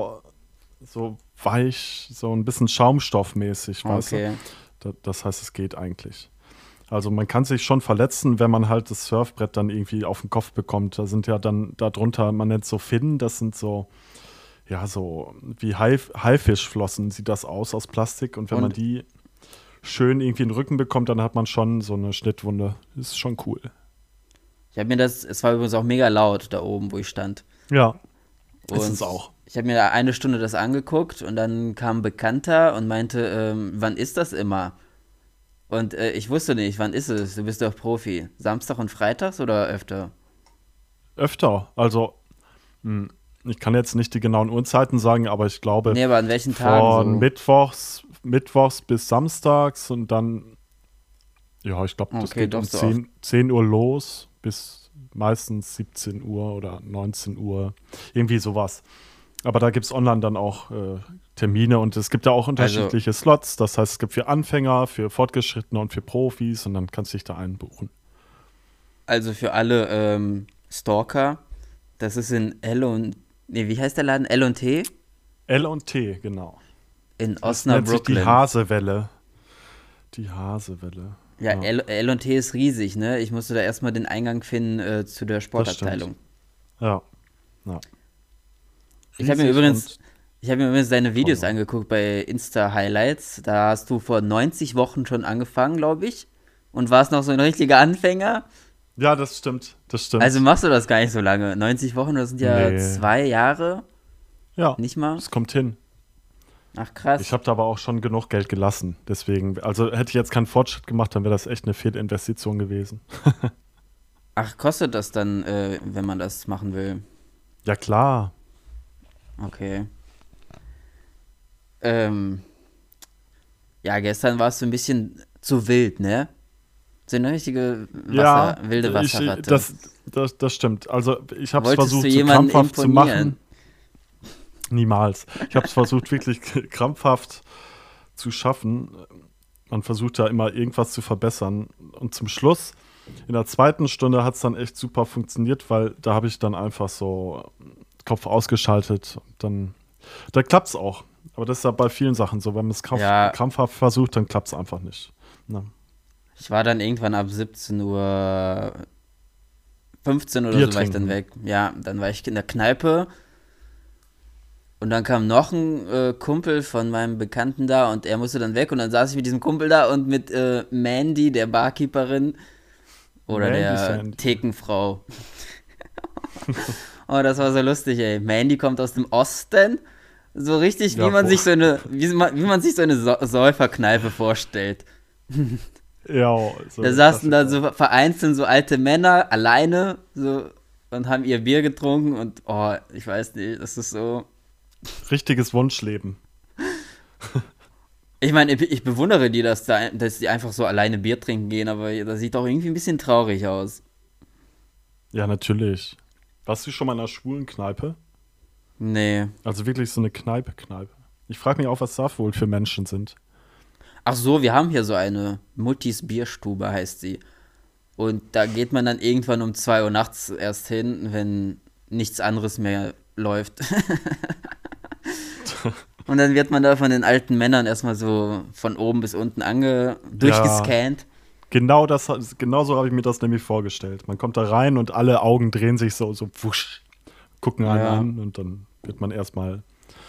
S2: so weich, so ein bisschen schaumstoffmäßig, weißt du?
S1: Okay.
S2: Das heißt, es geht eigentlich. Also man kann sich schon verletzen, wenn man halt das Surfbrett dann irgendwie auf den Kopf bekommt. Da sind ja dann darunter, man nennt es so Finnen, das sind so, ja, so wie Haifischflossen sieht das aus Plastik. Und wenn man
S1: Und
S2: die schön irgendwie in den Rücken bekommt, dann hat man schon so eine Schnittwunde. Ist schon cool.
S1: ich habe mir das, es war übrigens auch mega laut da oben, wo ich stand.
S2: Ja, ist
S1: Und
S2: es auch.
S1: ich habe mir da eine Stunde das angeguckt und dann kam ein Bekannter und meinte, wann ist das immer? Und ich wusste nicht, wann ist es? Du bist doch Profi. Samstag und Freitags oder öfter?
S2: Öfter. Also, hm, ich kann jetzt nicht die genauen Uhrzeiten sagen, aber ich glaube,
S1: Nee, aber an welchen Tagen
S2: von
S1: so?
S2: Mittwochs bis Samstags und dann, ja, ich glaube, das
S1: Okay,
S2: geht
S1: doch
S2: um
S1: so oft.
S2: 10 Uhr los bis meistens 17 Uhr oder 19 Uhr. Irgendwie sowas. Aber da gibt es online dann auch Termine und es gibt ja auch
S1: Also,
S2: unterschiedliche Slots. Das heißt, es gibt für Anfänger, für Fortgeschrittene und für Profis und dann kannst du dich da einbuchen.
S1: also für alle Stalker, das ist in L und, nee, wie heißt der Laden? L und T
S2: L und T, genau.
S1: in
S2: Das nennt sich die
S1: Osnabrücken.
S2: Hasewelle. Die Hasewelle.
S1: Ja,
S2: Ja,
S1: L und T ist riesig, ne? Ich musste da erstmal den Eingang finden zu der
S2: das stimmt.
S1: Sportabteilung.
S2: Ja, ja.
S1: Ich habe mir
S2: Riesig
S1: übrigens,
S2: und
S1: ich habe mir übrigens deine Videos
S2: teuer.
S1: angeguckt bei Insta Highlights. Da hast du vor 90 Wochen schon angefangen, glaube ich. Und warst noch so ein richtiger Anfänger.
S2: Ja, das stimmt. Das
S1: Also
S2: stimmt.
S1: machst du das gar nicht so lange. 90 Wochen, das sind ja
S2: Nee.
S1: 2 Jahre.
S2: Ja,
S1: Nicht mal.
S2: es kommt hin.
S1: Ach
S2: Ich
S1: krass.
S2: habe da aber auch schon genug Geld gelassen. Deswegen, also hätte ich jetzt keinen Fortschritt gemacht, dann wäre das echt eine Fehlinvestition gewesen.
S1: Ach, kostet das dann, wenn man das machen will?
S2: Ja, klar.
S1: Okay. Ähm, ja, gestern warst du ein bisschen zu wild, ne? So eine richtige
S2: Ja,
S1: wilde Wasserratte.
S2: das stimmt. Also ich habe es
S1: Wolltest du
S2: versucht, so
S1: jemanden
S2: krampfhaft zu
S1: imponieren?
S2: machen. Niemals. Ich habe es versucht, wirklich krampfhaft zu schaffen. Man versucht da immer irgendwas zu verbessern. Und zum Schluss, in der zweiten Stunde, hat es dann echt super funktioniert, weil da habe ich dann einfach so Kopf ausgeschaltet. Und dann, da klappt es auch. Aber das ist ja bei vielen Sachen so. Wenn man es
S1: Ja,
S2: krampfhaft versucht, dann klappt es einfach nicht. Na,
S1: ich war dann irgendwann ab 17:15 Uhr oder
S2: Bier
S1: so war ich dann
S2: trinken.
S1: weg. Ja, dann war ich in der Kneipe und dann kam noch ein Kumpel von meinem Bekannten da und er musste dann weg und dann saß ich mit diesem Kumpel da und mit Mandy, der Barkeeperin oder
S2: Mandy
S1: der
S2: Sandy.
S1: Thekenfrau. Oh, das war so lustig, ey. Mandy kommt aus dem Osten. So richtig,
S2: Ja, boah.
S1: wie man sich so eine Säuferkneipe vorstellt.
S2: Ja, so
S1: Da
S2: der
S1: saßen da
S2: Klassiker.
S1: so vereinzelt so alte Männer alleine so und haben ihr Bier getrunken und oh, ich weiß nicht, das ist so.
S2: Richtiges Wunschleben.
S1: Ich meine, ich bewundere die, dass die einfach so alleine Bier trinken gehen, aber das sieht doch irgendwie ein bisschen traurig aus.
S2: Ja, natürlich. Warst du schon mal in einer schwulen Kneipe?
S1: Nee.
S2: Also wirklich so eine Kneipe. Ich frage mich auch, was da wohl für Menschen sind.
S1: Ach so, wir haben hier so eine Muttis Bierstube, heißt sie. Und da geht man dann irgendwann um 2 Uhr nachts erst hin, wenn nichts anderes mehr läuft. Und dann wird man da von den alten Männern erstmal so von oben bis unten
S2: Ja,
S1: durchgescannt.
S2: genau so habe ich mir das nämlich vorgestellt. Man kommt da rein und alle Augen drehen sich so wusch, gucken einen
S1: Ja.
S2: an und dann wird man erstmal,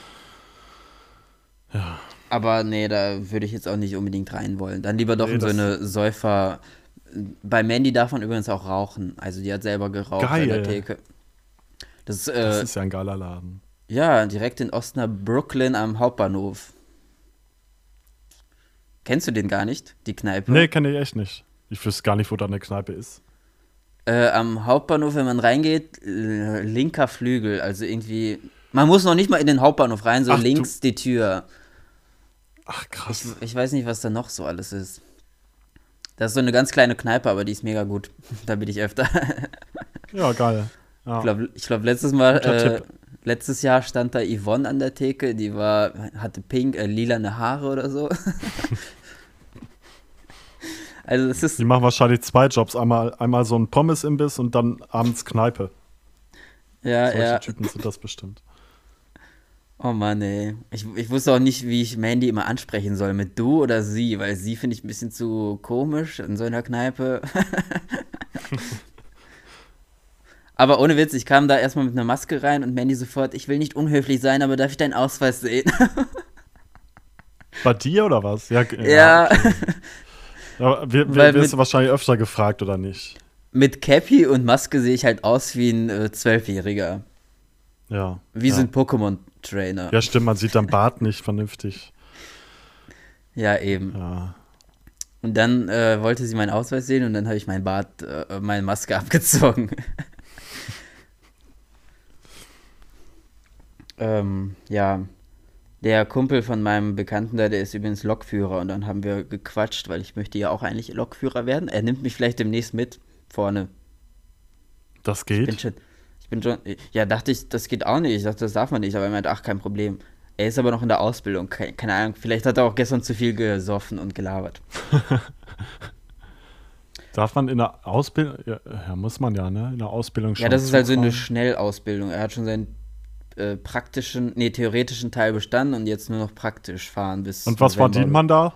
S2: ja,
S1: Aber nee, da würde ich jetzt auch nicht unbedingt rein wollen. Dann lieber doch
S2: nee,
S1: in so
S2: das
S1: eine Säufer. Bei Mandy darf man übrigens auch rauchen. Also die hat selber geraucht an der
S2: geil.
S1: Theke. Das ist,
S2: Das ist ja ein geiler Laden.
S1: ja, direkt in Osnabrücken am Hauptbahnhof. Kennst du den gar nicht, die Kneipe?
S2: Nee, kenne ich echt nicht. Ich wüsste gar nicht, wo da eine Kneipe ist.
S1: Am Hauptbahnhof, wenn man reingeht, linker Flügel. Also irgendwie, Man muss noch nicht mal in den Hauptbahnhof rein, so
S2: Ach,
S1: links die Tür.
S2: Ach, krass.
S1: Ich weiß nicht, was da noch so alles ist. Das ist so eine ganz kleine Kneipe, aber die ist mega gut. Da bin ich öfter.
S2: Ja, geil. Ja.
S1: Ich glaube, letztes Jahr stand da Yvonne an der Theke, hatte lilane Haare oder so. Also es ist.
S2: Die machen wahrscheinlich 2 Jobs. Einmal so ein Pommes-Imbiss und dann abends Kneipe.
S1: Ja,
S2: Solche Typen sind das bestimmt.
S1: Oh Mann, ey. Ich wusste auch nicht, wie ich Mandy immer ansprechen soll. Mit du oder sie, weil sie finde ich ein bisschen zu komisch in so einer Kneipe. Aber ohne Witz, ich kam da erstmal mit einer Maske rein und Mandy sofort, ich will nicht unhöflich sein, aber darf ich deinen Ausweis sehen?
S2: Bei dir oder was? Ja.
S1: Okay.
S2: Aber wirst du wahrscheinlich öfter gefragt, oder nicht?
S1: Mit Cappy und Maske sehe ich halt aus wie ein 12-Jähriger.
S2: Ja.
S1: Wie so ein Pokémon-Trainer.
S2: Ja, stimmt, man sieht am Bart nicht vernünftig.
S1: Ja, eben.
S2: Ja.
S1: Und dann wollte sie meinen Ausweis sehen und dann habe ich meine Maske abgezogen. Ja, der Kumpel von meinem Bekannten da, der ist übrigens Lokführer und dann haben wir gequatscht, weil ich möchte ja auch eigentlich Lokführer werden. Er nimmt mich vielleicht demnächst mit vorne.
S2: Das geht?
S1: Ich bin schon, ja, dachte ich, das geht auch nicht. Ich dachte, das darf man nicht, aber er meinte, ach, kein Problem. Er ist aber noch in der Ausbildung, keine Ahnung, vielleicht hat er auch gestern zu viel gesoffen und gelabert.
S2: Darf man in der Ausbildung, ja, muss man ja, ne? In der Ausbildung schon.
S1: Ja, das ist halt so eine Schnellausbildung. Er hat schon seinen theoretischen Teil bestanden und jetzt nur noch praktisch fahren bis.
S2: Und was verdient man da?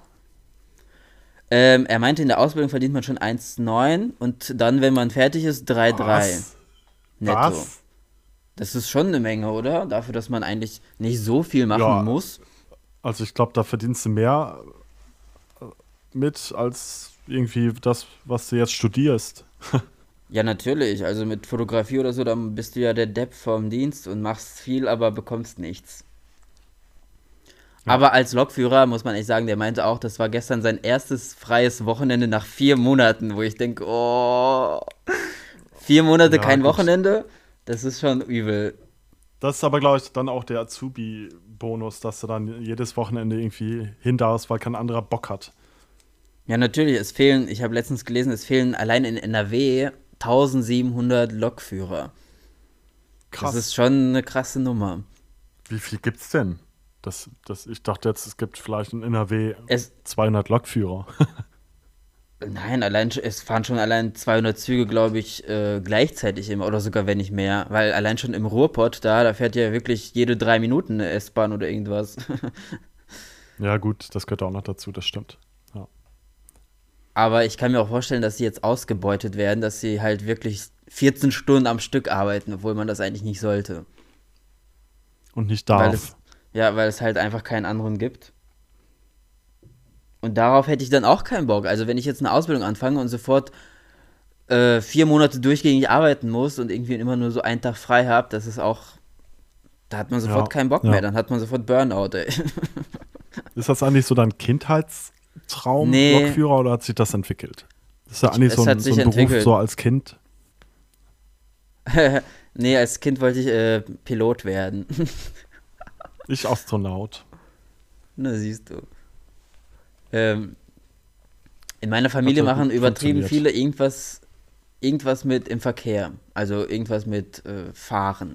S1: Er meinte, in der Ausbildung verdient man schon 1,9 und dann, wenn man fertig ist, 3,3 netto.
S2: Was?
S1: Das ist schon eine Menge, oder? Dafür, dass man eigentlich nicht so viel machen muss.
S2: Also ich glaube, da verdienst du mehr mit als irgendwie das, was du jetzt studierst.
S1: Ja, natürlich. Also mit Fotografie oder so, dann bist du ja der Depp vom Dienst und machst viel, aber bekommst nichts. Ja. Aber als Lokführer muss man echt sagen, der meinte auch, das war gestern sein erstes freies Wochenende nach 4 Monaten, wo ich denke, 4 Monate ja, kein Wochenende, das ist schon übel.
S2: Das ist aber, glaube ich, dann auch der Azubi-Bonus, dass du dann jedes Wochenende irgendwie hin darfst, weil kein anderer Bock hat.
S1: Ja, natürlich, ich habe letztens gelesen, es fehlen allein in NRW 1700 Lokführer. Krass. Das ist schon eine krasse Nummer.
S2: Wie viel gibt's denn? Ich dachte jetzt, es gibt vielleicht in NRW 200 Lokführer.
S1: Nein, es fahren schon allein 200 Züge, glaube ich, gleichzeitig immer oder sogar wenn nicht mehr. Weil allein schon im Ruhrpott da fährt ja wirklich jede 3 Minuten eine S-Bahn oder irgendwas.
S2: Ja gut, das gehört auch noch dazu, das stimmt. Ja.
S1: Aber ich kann mir auch vorstellen, dass sie jetzt ausgebeutet werden, dass sie halt wirklich 14 Stunden am Stück arbeiten, obwohl man das eigentlich nicht sollte.
S2: Und nicht darf.
S1: Weil es halt einfach keinen anderen gibt. Und darauf hätte ich dann auch keinen Bock. Also wenn ich jetzt eine Ausbildung anfange und sofort 4 Monate durchgängig arbeiten muss und irgendwie immer nur so einen Tag frei habe, das ist auch, da hat man sofort keinen Bock mehr. Dann hat man sofort Burnout, ey.
S2: Ist das eigentlich so dein Kindheitstraum, Lokführer, oder hat sich das entwickelt? Das ist ja eigentlich so ein Beruf so als Kind.
S1: Nee, als Kind wollte ich Pilot werden.
S2: Ich Astronaut.
S1: Na, siehst du. In meiner Familie machen übertrieben viele irgendwas mit im Verkehr. Also irgendwas mit Fahren.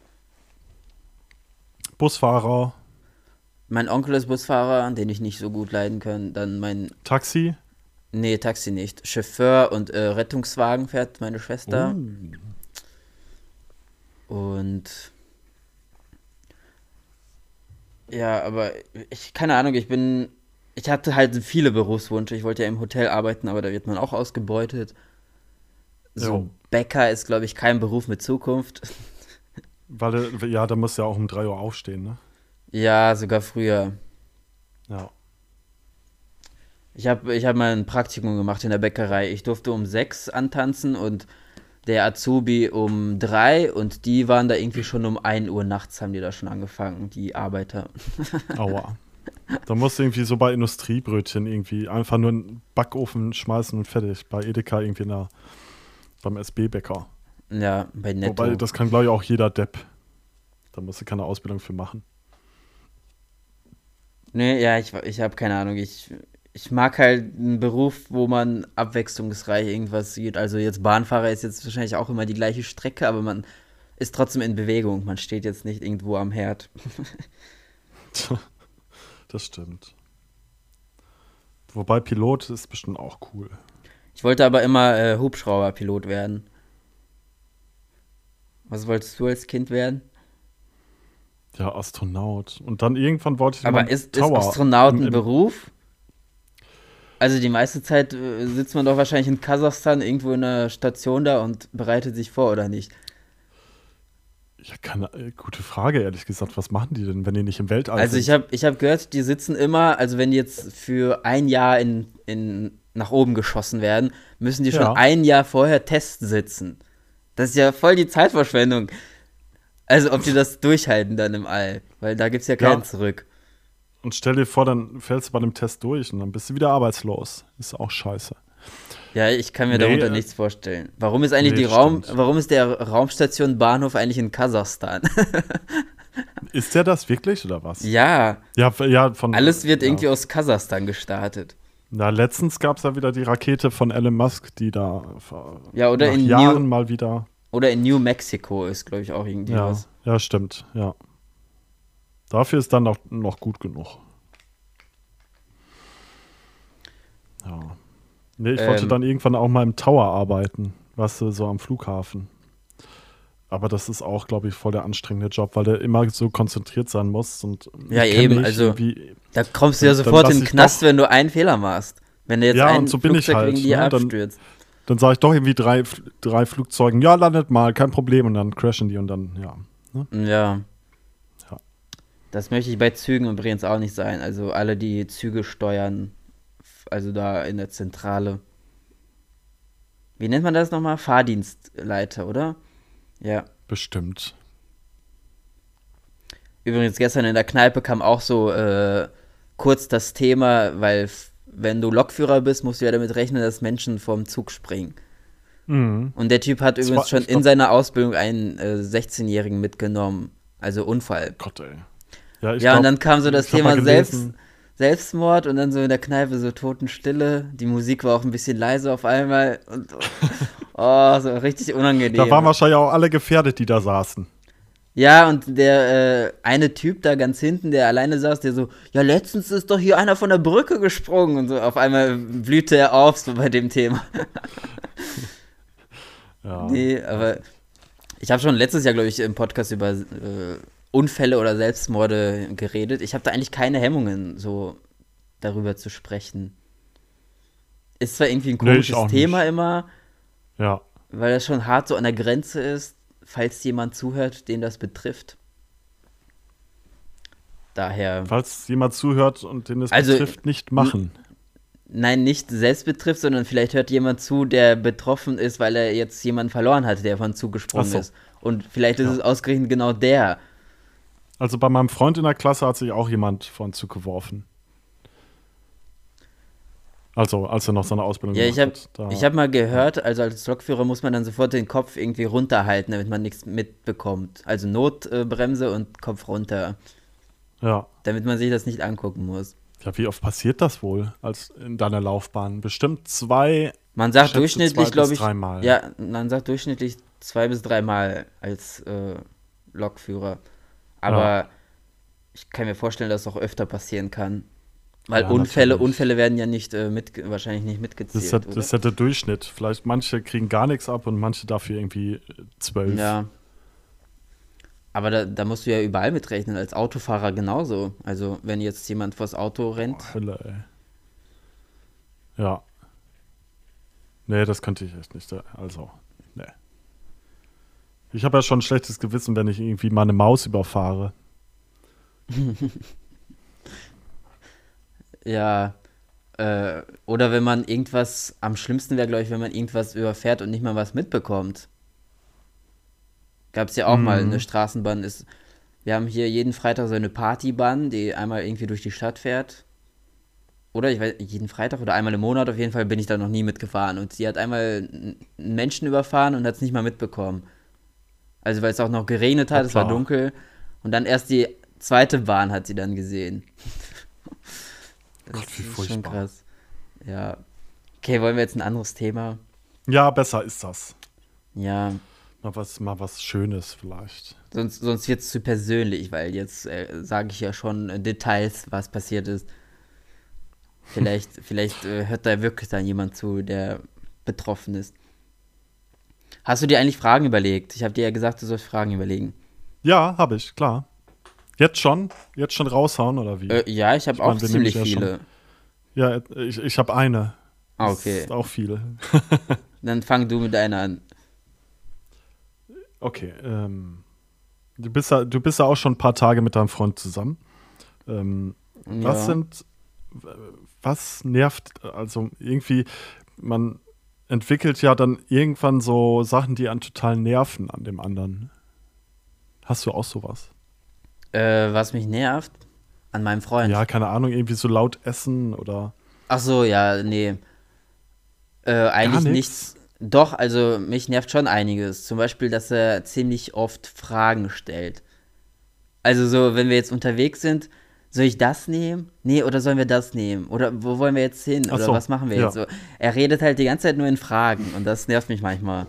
S2: Busfahrer.
S1: Mein Onkel ist Busfahrer, den ich nicht so gut leiden kann. Dann mein...
S2: Taxi?
S1: Nee, Taxi nicht. Chauffeur und Rettungswagen fährt meine Schwester. Und... Ja, aber keine Ahnung, ich hatte halt viele Berufswünsche. Ich wollte ja im Hotel arbeiten, aber da wird man auch ausgebeutet. So, Bäcker ist, glaube ich, kein Beruf mit Zukunft.
S2: Weil, da musst du ja auch um 3 Uhr aufstehen, ne?
S1: Ja, sogar früher.
S2: Ja.
S1: Ich hab mal ein Praktikum gemacht in der Bäckerei. Ich durfte um 6 antanzen und der Azubi um 3 und die waren da irgendwie schon um 1 Uhr nachts, haben die da schon angefangen, die Arbeiter.
S2: Aua. Da musst du irgendwie so bei Industriebrötchen irgendwie einfach nur einen Backofen schmeißen und fertig. Bei Edeka irgendwie beim SB-Bäcker.
S1: Ja, bei Netto.
S2: Wobei, das kann, glaube ich, auch jeder Depp. Da musst du keine Ausbildung für machen.
S1: Nee, ja, ich habe keine Ahnung. Ich mag halt einen Beruf, wo man abwechslungsreich irgendwas sieht. Also jetzt Bahnfahrer ist jetzt wahrscheinlich auch immer die gleiche Strecke, aber man ist trotzdem in Bewegung. Man steht jetzt nicht irgendwo am Herd.
S2: Das stimmt. Wobei Pilot ist bestimmt auch cool.
S1: Ich wollte aber immer Hubschrauberpilot werden. Was wolltest du als Kind werden?
S2: Ja, Astronaut. Und dann irgendwann wollte ich
S1: Aber
S2: mal
S1: ist
S2: Tower.
S1: Astronaut ein Beruf? Also die meiste Zeit sitzt man doch wahrscheinlich in Kasachstan irgendwo in einer Station da und bereitet sich vor, oder nicht?
S2: Ja, gute Frage, ehrlich gesagt. Was machen die denn, wenn die nicht im Weltall
S1: Also
S2: sind?
S1: ich hab gehört, die sitzen immer, also wenn die jetzt für ein Jahr nach oben geschossen werden, müssen die schon
S2: Ja.
S1: ein Jahr vorher Tests sitzen. Das ist ja voll die Zeitverschwendung. Also ob die das durchhalten dann im All, weil da gibt's ja keinen
S2: Ja.
S1: zurück.
S2: Und stell dir vor, dann fällst du bei dem Test durch und dann bist du wieder arbeitslos. Ist auch scheiße.
S1: Ja, ich kann mir
S2: Nee,
S1: darunter nichts vorstellen. Warum ist eigentlich
S2: nee, stimmt.
S1: warum ist der Raumstation Bahnhof eigentlich in Kasachstan?
S2: Ist der das wirklich oder was?
S1: Ja,
S2: Ja, von.
S1: alles wird
S2: ja.
S1: irgendwie aus Kasachstan gestartet.
S2: Na, letztens gab es ja wieder die Rakete von Elon Musk, die da
S1: Ja, oder
S2: nach
S1: in
S2: Jahren mal wieder.
S1: Oder in New Mexico ist, glaube ich, auch irgendwie
S2: Ja,
S1: was.
S2: ja, stimmt, ja. Dafür ist dann noch gut genug. Ja. Nee, ich wollte
S1: Ähm,
S2: dann irgendwann auch mal im Tower arbeiten, weißt du, so am Flughafen. Aber das ist auch, glaube ich, voll der anstrengende Job, weil der immer so konzentriert sein muss. Und
S1: Ja,
S2: ich kenn
S1: eben,
S2: mich
S1: also
S2: irgendwie-
S1: da kommst du ja
S2: Dann
S1: sofort
S2: lass
S1: in den
S2: ich
S1: Knast,
S2: doch-
S1: wenn du einen Fehler machst. Wenn du jetzt
S2: Ja,
S1: ein
S2: und so bin ich
S1: Flugzeug
S2: halt,
S1: wegen dir
S2: ne? Dann-
S1: abstürzt.
S2: Dann sage ich doch irgendwie drei Flugzeugen, ja, landet mal, kein Problem. Und dann crashen die und dann, ja.
S1: Ja.
S2: Ja.
S1: Das möchte ich bei Zügen übrigens auch nicht sein. Also alle, die Züge steuern, also da in der Zentrale. Wie nennt man das nochmal? Fahrdienstleiter, oder? Ja.
S2: Bestimmt.
S1: Übrigens, gestern in der Kneipe kam auch so kurz das Thema, weil wenn du Lokführer bist, musst du ja damit rechnen, dass Menschen vom Zug springen.
S2: Mhm.
S1: Und der Typ hat
S2: Das
S1: übrigens
S2: war-
S1: schon
S2: ich
S1: in
S2: glaub-
S1: seiner Ausbildung einen 16-Jährigen mitgenommen. Also Unfall.
S2: Gott, ey. Ja, ich
S1: Ja,
S2: glaub,
S1: und dann kam so das
S2: ich hab mal
S1: Thema
S2: gelesen-
S1: Selbstmord und dann so in der Kneipe so Totenstille. Die Musik war auch ein bisschen leise auf einmal und oh, so richtig unangenehm.
S2: Da waren wahrscheinlich auch alle gefährdet, die da saßen.
S1: Ja, und der eine Typ da ganz hinten, der alleine saß, der so, ja, letztens ist doch hier einer von der Brücke gesprungen und so. Auf einmal blühte er auf, so bei dem Thema.
S2: Ja.
S1: Nee, aber ich habe schon letztes Jahr, glaube ich, im Podcast über Unfälle oder Selbstmorde geredet. Ich habe da eigentlich keine Hemmungen, so darüber zu sprechen. Ist zwar irgendwie ein
S2: Nee, ich
S1: komisches
S2: auch
S1: Thema
S2: nicht.
S1: immer,
S2: Ja.
S1: weil das schon hart so an der Grenze ist, falls jemand zuhört, den das betrifft. Daher,
S2: Falls jemand zuhört und den es
S1: Also,
S2: betrifft, nicht machen.
S1: nein, nicht selbst betrifft, sondern vielleicht hört jemand zu, der betroffen ist, weil er jetzt jemanden verloren hat, der von Zug gesprungen
S2: Ach so.
S1: ist. Und vielleicht ist
S2: Ja.
S1: es ausgerechnet genau der.
S2: Also bei meinem Freund in der Klasse hat sich auch jemand von Zug geworfen. Also, als er noch seine Ausbildung
S1: Ja,
S2: gemacht hat.
S1: ich hab mal gehört, also als Lokführer muss man dann sofort den Kopf irgendwie runterhalten, damit man nichts mitbekommt. Also Notbremse und Kopf runter,
S2: Ja.
S1: damit man sich das nicht angucken muss.
S2: Ja, wie oft passiert das wohl als in deiner Laufbahn? Bestimmt zwei,
S1: Man sagt
S2: schätze
S1: durchschnittlich,
S2: 2
S1: glaube
S2: bis
S1: ich,
S2: 3 Mal.
S1: ja, man sagt durchschnittlich 2 bis 3 Mal als Lokführer. Aber
S2: Ja.
S1: ich kann mir vorstellen, dass es auch öfter passieren kann. Weil
S2: Ja,
S1: Unfälle
S2: natürlich.
S1: werden ja nicht wahrscheinlich nicht
S2: Das
S1: mitgezählt,
S2: ist, ja,
S1: oder?
S2: das ist ja der Durchschnitt. Vielleicht manche kriegen gar nichts ab und manche dafür irgendwie 12.
S1: Ja. Aber da musst du ja überall mitrechnen, als Autofahrer genauso. Also, wenn jetzt jemand vors Auto rennt.
S2: Hölle, ey. Ja. Nee, das könnte ich echt nicht. Also, nee. Ich habe ja schon ein schlechtes Gewissen, wenn ich irgendwie meine Maus überfahre.
S1: Ja. Oder wenn man irgendwas, am schlimmsten wäre, glaube ich, wenn man irgendwas überfährt und nicht mal was mitbekommt. Gab es ja auch mal, eine Straßenbahn ist. Wir haben hier jeden Freitag so eine Partybahn, die einmal irgendwie durch die Stadt fährt. Oder ich weiß, jeden Freitag oder einmal im Monat, auf jeden Fall bin ich da noch nie mitgefahren. Und sie hat einmal einen Menschen überfahren und hat es nicht mal mitbekommen. Also weil es auch noch geregnet hat, es war
S2: Hoppla.
S1: dunkel. Und dann erst die zweite Bahn hat sie dann gesehen.
S2: Gott, wie
S1: ist
S2: furchtbar.
S1: schon krass. Ja. Okay, wollen wir jetzt ein anderes Thema?
S2: Ja, besser ist das.
S1: Ja,
S2: Mal was Schönes vielleicht.
S1: sonst wird es zu persönlich, weil jetzt sage ich ja schon Details, was passiert ist. Vielleicht hört da wirklich dann jemand zu, der betroffen ist. Hast du dir eigentlich Fragen überlegt? Ich habe dir ja gesagt, du sollst Fragen überlegen.
S2: Ja, habe ich, klar. Jetzt schon? Jetzt schon raushauen, oder wie?
S1: Ja, ich habe auch
S2: meine, wir nehmen
S1: ziemlich
S2: ja schon-
S1: viele.
S2: Ja, ich habe eine.
S1: Ah,
S2: Das
S1: okay.
S2: ist auch viel.
S1: Dann fang du mit einer an.
S2: Okay, du bist ja auch schon ein paar Tage mit deinem Freund zusammen. Was
S1: Ja.
S2: was nervt, also irgendwie, man entwickelt ja dann irgendwann so Sachen, die einen total nerven an dem anderen. Hast du auch sowas?
S1: Was mich nervt an meinem Freund.
S2: Ja, keine Ahnung, irgendwie so laut essen oder
S1: Ach so, ja, nee.
S2: gar
S1: Eigentlich
S2: nichts?
S1: nichts. Doch, also mich nervt schon einiges. Zum Beispiel, dass er ziemlich oft Fragen stellt. Also so, wenn wir jetzt unterwegs sind, soll ich das nehmen? Nee, oder sollen wir das nehmen? Oder wo wollen wir jetzt hin?
S2: Ach
S1: Oder
S2: so,
S1: was machen wir
S2: ja.
S1: jetzt so? Er redet halt die ganze Zeit nur in Fragen und das nervt mich manchmal.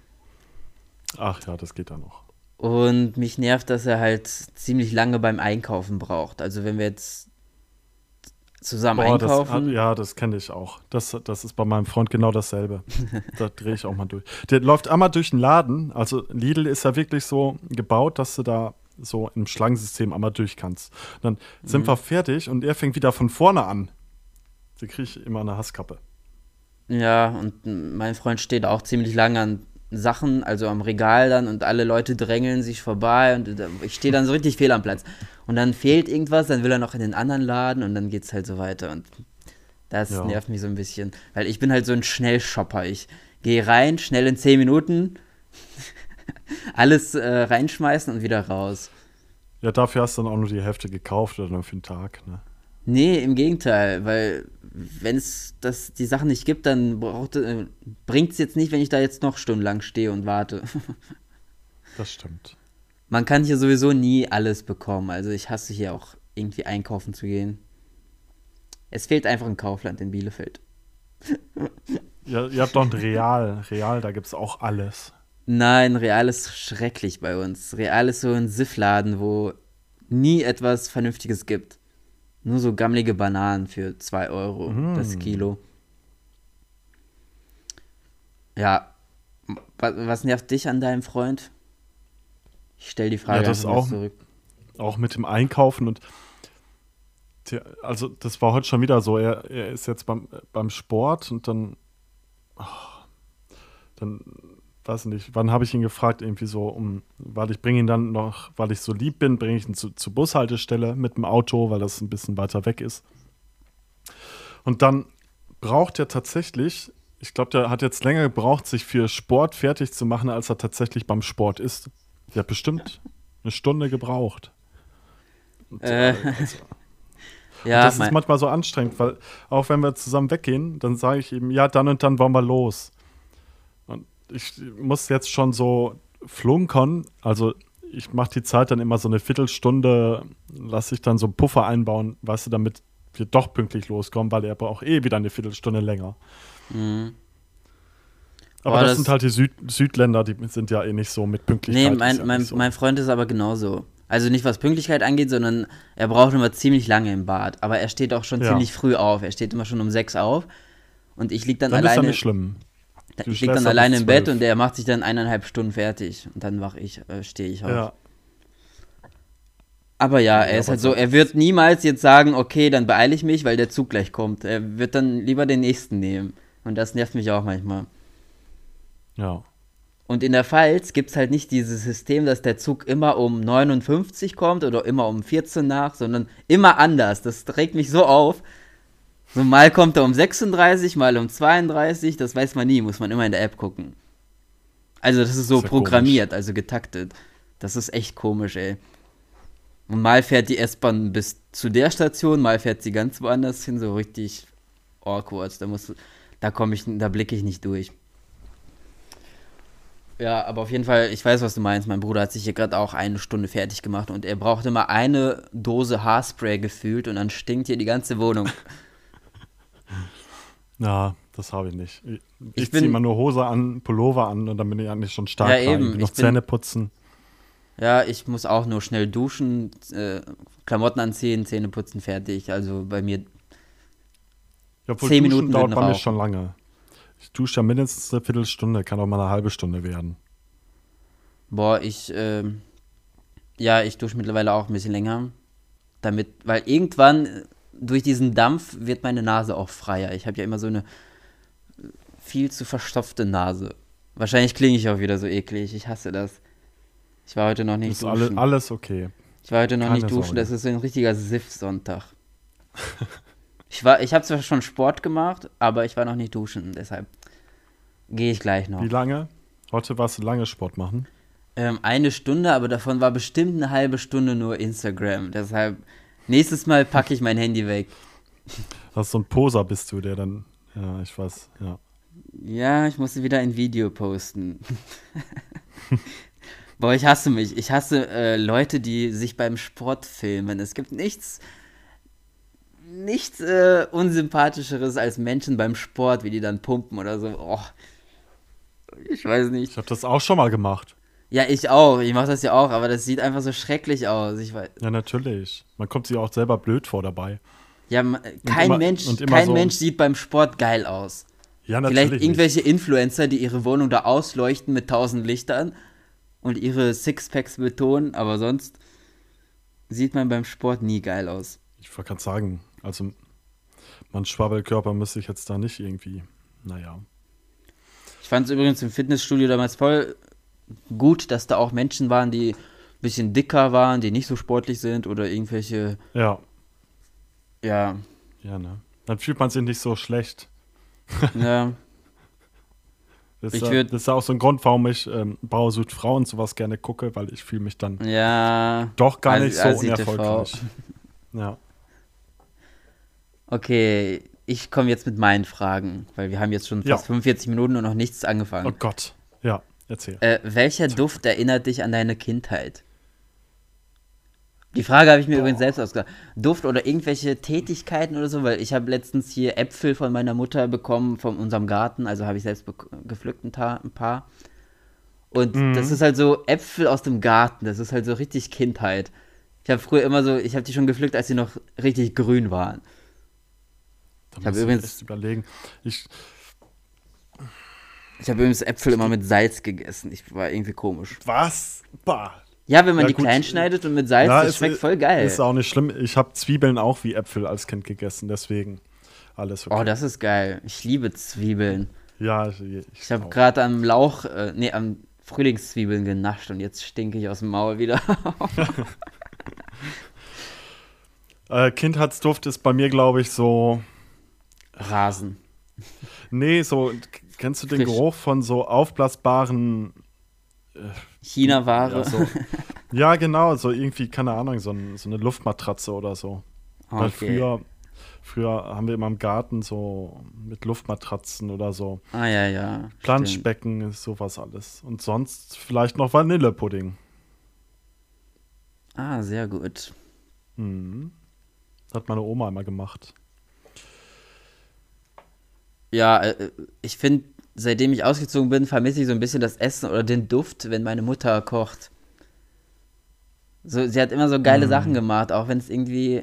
S2: Ach ja, das geht dann noch.
S1: Und mich nervt, dass er halt ziemlich lange beim Einkaufen braucht. Also wenn wir jetzt zusammen
S2: Boah,
S1: einkaufen.
S2: ja, das kenne ich auch. Das ist bei meinem Freund genau dasselbe. Da drehe ich auch mal durch. Der läuft einmal durch den Laden. Also Lidl ist ja wirklich so gebaut, dass du da so im Schlangensystem einmal durch kannst. Dann sind wir fertig und er fängt wieder von vorne an. Da kriege ich immer eine Hasskappe.
S1: Ja, und mein Freund steht auch ziemlich lange an Sachen, also am Regal dann und alle Leute drängeln sich vorbei und ich stehe dann so richtig fehl am Platz. Und dann fehlt irgendwas, dann will er noch in den anderen Laden und dann geht's halt so weiter und das
S2: Ja.
S1: nervt mich so ein bisschen, weil ich bin halt so ein Schnellshopper. Ich gehe rein, schnell in 10 Minuten, alles reinschmeißen und wieder raus.
S2: Ja, dafür hast du dann auch nur die Hälfte gekauft oder nur für den Tag. Ne?
S1: Nee, im Gegenteil, weil wenn es die Sachen nicht gibt, dann bringt es jetzt nicht, wenn ich da jetzt noch stundenlang stehe und warte.
S2: Das stimmt.
S1: Man kann hier sowieso nie alles bekommen, also ich hasse hier auch irgendwie einkaufen zu gehen. Es fehlt einfach ein Kaufland in Bielefeld.
S2: Ja, ihr habt doch ein Real. Real, da gibt's auch alles.
S1: Nein, Real ist schrecklich bei uns. Real ist so ein Siffladen, wo nie etwas Vernünftiges gibt. Nur so gammelige Bananen für 2 Euro das Kilo. Ja, was nervt dich an deinem Freund? Ich stell die Frage
S2: Ja, das
S1: einfach mal
S2: auch.
S1: zurück.
S2: Auch mit dem Einkaufen und also das war heute schon wieder so. Er ist jetzt beim Sport und dann weiß ich nicht, wann habe ich ihn gefragt, irgendwie so, weil ich bringe ihn dann noch, weil ich so lieb bin, bringe ich ihn zur Bushaltestelle mit dem Auto, weil das ein bisschen weiter weg ist. Und dann braucht er tatsächlich, ich glaube, der hat jetzt länger gebraucht, sich für Sport fertig zu machen, als er tatsächlich beim Sport ist. Der hat bestimmt eine Stunde gebraucht. Und,
S1: Äh,
S2: also,
S1: Ja,
S2: das ist manchmal so anstrengend, weil auch wenn wir zusammen weggehen, dann sage ich ihm, ja, dann und dann wollen wir los. Und ich muss jetzt schon so flunkern, also ich mache die Zeit dann immer so eine Viertelstunde, lasse ich dann so einen Puffer einbauen, weißt du, damit wir doch pünktlich loskommen, weil er braucht eh wieder eine Viertelstunde länger. Aber
S1: Boah,
S2: das
S1: das-
S2: sind halt die Südländer, die sind ja eh nicht so mit Pünktlichkeit.
S1: nee,
S2: ist ja nicht so.
S1: mein Freund ist aber genauso. Also nicht was Pünktlichkeit angeht, sondern er braucht immer ziemlich lange im Bad. Aber er steht auch schon
S2: Ja.
S1: ziemlich früh auf. Er steht immer schon um 6 auf. Und ich lieg dann
S2: Dann ist ja
S1: alleine.
S2: nicht schlimm. Du
S1: Ich lieg
S2: schläfst
S1: dann
S2: ja bis
S1: alleine im Bett
S2: 12.
S1: und er macht sich dann 1,5 Stunden fertig. Und dann stehe ich auf.
S2: Ja,
S1: Aber ja,
S2: Ja,
S1: er ist
S2: aber
S1: halt so,
S2: so-
S1: er wird niemals jetzt sagen, okay, dann beeile ich mich, weil der Zug gleich kommt. Er wird dann lieber den nächsten nehmen. Und das nervt mich auch manchmal.
S2: ja.
S1: Und in der Pfalz gibt es halt nicht dieses System, dass der Zug immer um 59 kommt oder immer um 14 nach, sondern immer anders. Das regt mich so auf. So mal kommt er um 36, mal um 32, das weiß man nie, muss man immer in der App gucken. Also das ist so
S2: Ist ja
S1: programmiert, also getaktet. Das ist echt komisch, ey. Und mal fährt die S-Bahn bis zu der Station, mal fährt sie ganz woanders hin, so richtig awkward. Da blicke ich nicht durch. Ja, aber auf jeden Fall, ich weiß, was du meinst. Mein Bruder hat sich hier gerade auch eine Stunde fertig gemacht und er braucht immer eine Dose Haarspray gefühlt und dann stinkt hier die ganze Wohnung.
S2: Ja, das habe ich nicht.
S1: Ich
S2: Ich ziehe immer
S1: bin,
S2: nur Hose an, Pullover an und dann bin ich eigentlich schon
S1: ja
S2: stark da.
S1: eben,
S2: Irgendwie noch Zähne putzen.
S1: ja, ich muss auch nur schnell duschen, Klamotten anziehen, Zähne putzen, fertig. Also bei mir
S2: Ja, obwohl
S1: 10
S2: Duschen
S1: Minuten würden
S2: dauert bei mir schon
S1: rauchen.
S2: lange. Ich dusche ja mindestens eine Viertelstunde, kann auch mal eine halbe Stunde werden.
S1: Boah, ja, ich dusche mittlerweile auch ein bisschen länger, weil irgendwann durch diesen Dampf wird meine Nase auch freier. Ich habe ja immer so eine viel zu verstopfte Nase. Wahrscheinlich klinge ich auch wieder so eklig. Ich hasse das. Ich war heute noch nicht
S2: Ist alle,
S1: duschen.
S2: alles okay.
S1: Ich war heute noch nicht
S2: Keine
S1: duschen.
S2: Sorge.
S1: Das ist so ein richtiger Siff-Sonntag. Ich habe zwar schon Sport gemacht, aber ich war noch nicht duschen. Deshalb gehe ich gleich
S2: Wie
S1: noch.
S2: lange? Heute warst du lange Sport machen.
S1: Eine Stunde, aber davon war bestimmt eine halbe Stunde nur Instagram. Deshalb nächstes Mal packe ich mein Handy weg.
S2: Das ist so ein Poser bist du, der dann, ja, ich weiß, ja.
S1: Ja, ich musste wieder ein Video posten. Boah, ich hasse mich. Ich hasse Leute, die sich beim Sport filmen. Es gibt nichts unsympathischeres als Menschen beim Sport, wie die dann pumpen oder so. Oh, ich weiß nicht.
S2: Ich habe das auch schon mal gemacht.
S1: Ja, ich auch. Ich mache das ja auch, aber das sieht einfach so schrecklich aus. Ich weiß.
S2: Ja, natürlich. Man kommt sich auch selber blöd vor dabei.
S1: Ja,
S2: Und immer
S1: kein
S2: so,
S1: Mensch sieht beim Sport geil aus.
S2: ja,
S1: Vielleicht
S2: natürlich
S1: irgendwelche
S2: nicht.
S1: Influencer, die ihre Wohnung da ausleuchten mit 1000 Lichtern und ihre Sixpacks betonen, aber sonst sieht man beim Sport nie geil aus.
S2: Ich wollte gerade sagen, also mein Schwabbelkörper müsste ich jetzt da nicht irgendwie, naja.
S1: Ich fand es übrigens im Fitnessstudio damals voll gut, dass da auch Menschen waren, die ein bisschen dicker waren, die nicht so sportlich sind oder irgendwelche,
S2: Ja,
S1: ja,
S2: ja, ne. Dann fühlt man sich nicht so schlecht.
S1: ja, ich würde,
S2: Das ist ja auch so ein Grund, warum ich Bauer sucht Frau und sowas gerne gucke, weil ich fühle mich dann
S1: ja,
S2: doch gar nicht so
S1: als ITV.
S2: unerfolgreich. Ja.
S1: Okay, ich komme jetzt mit meinen Fragen, weil wir haben jetzt schon
S2: Ja.
S1: fast 45 Minuten und noch nichts
S2: Oh
S1: angefangen.
S2: Gott. Ja, erzähl.
S1: Welcher Duft erinnert dich an deine Kindheit? Die Frage habe ich mir übrigens
S2: Boah.
S1: selbst ausgedacht. Duft oder irgendwelche Tätigkeiten oder so, weil ich habe letztens hier Äpfel von meiner Mutter bekommen, von unserem Garten, also habe ich selbst gepflückt ein paar. Und das
S2: Mhm.
S1: ist halt so Äpfel aus dem Garten, das ist halt so richtig Kindheit. Ich habe früher immer so, ich habe die schon gepflückt, als sie noch richtig grün waren.
S2: Da
S1: Ich habe
S2: muss ich echt
S1: übrigens,
S2: überlegen.
S1: ich habe übrigens Äpfel
S2: Ich,
S1: immer mit Salz gegessen. Ich war irgendwie komisch.
S2: was? Bah.
S1: Ja, wenn man
S2: Ja,
S1: die
S2: gut.
S1: klein schneidet und mit Salz,
S2: Ja,
S1: das schmeckt voll
S2: ist
S1: geil.
S2: auch nicht schlimm. Ich habe Zwiebeln auch wie Äpfel als Kind gegessen, deswegen alles
S1: Oh,
S2: okay.
S1: das ist geil. Ich liebe Zwiebeln.
S2: Ja,
S1: Ich habe
S2: auch.
S1: gerade am Frühlingszwiebeln genascht und jetzt stinke ich aus dem Maul wieder.
S2: Kindheitsduft ist bei mir, glaube ich, so.
S1: Rasen.
S2: Nee, so. Kennst du den
S1: Frisch.
S2: Geruch von so aufblasbaren. Ja,
S1: China-Ware.
S2: so. Ja, genau, so irgendwie, keine Ahnung, so eine Luftmatratze oder so. Weil
S1: Okay.
S2: früher haben wir immer im Garten so mit Luftmatratzen oder so.
S1: Ah, ja, ja. Stimmt.
S2: Planschbecken, sowas alles. Und sonst vielleicht noch Vanillepudding.
S1: Ah, sehr gut.
S2: Mhm. Hat meine Oma immer gemacht.
S1: Ja, ich finde, seitdem ich ausgezogen bin, vermisse ich so ein bisschen das Essen oder den Duft, wenn meine Mutter kocht. So, sie hat immer so geile Sachen
S2: Mhm.
S1: gemacht, auch wenn es irgendwie.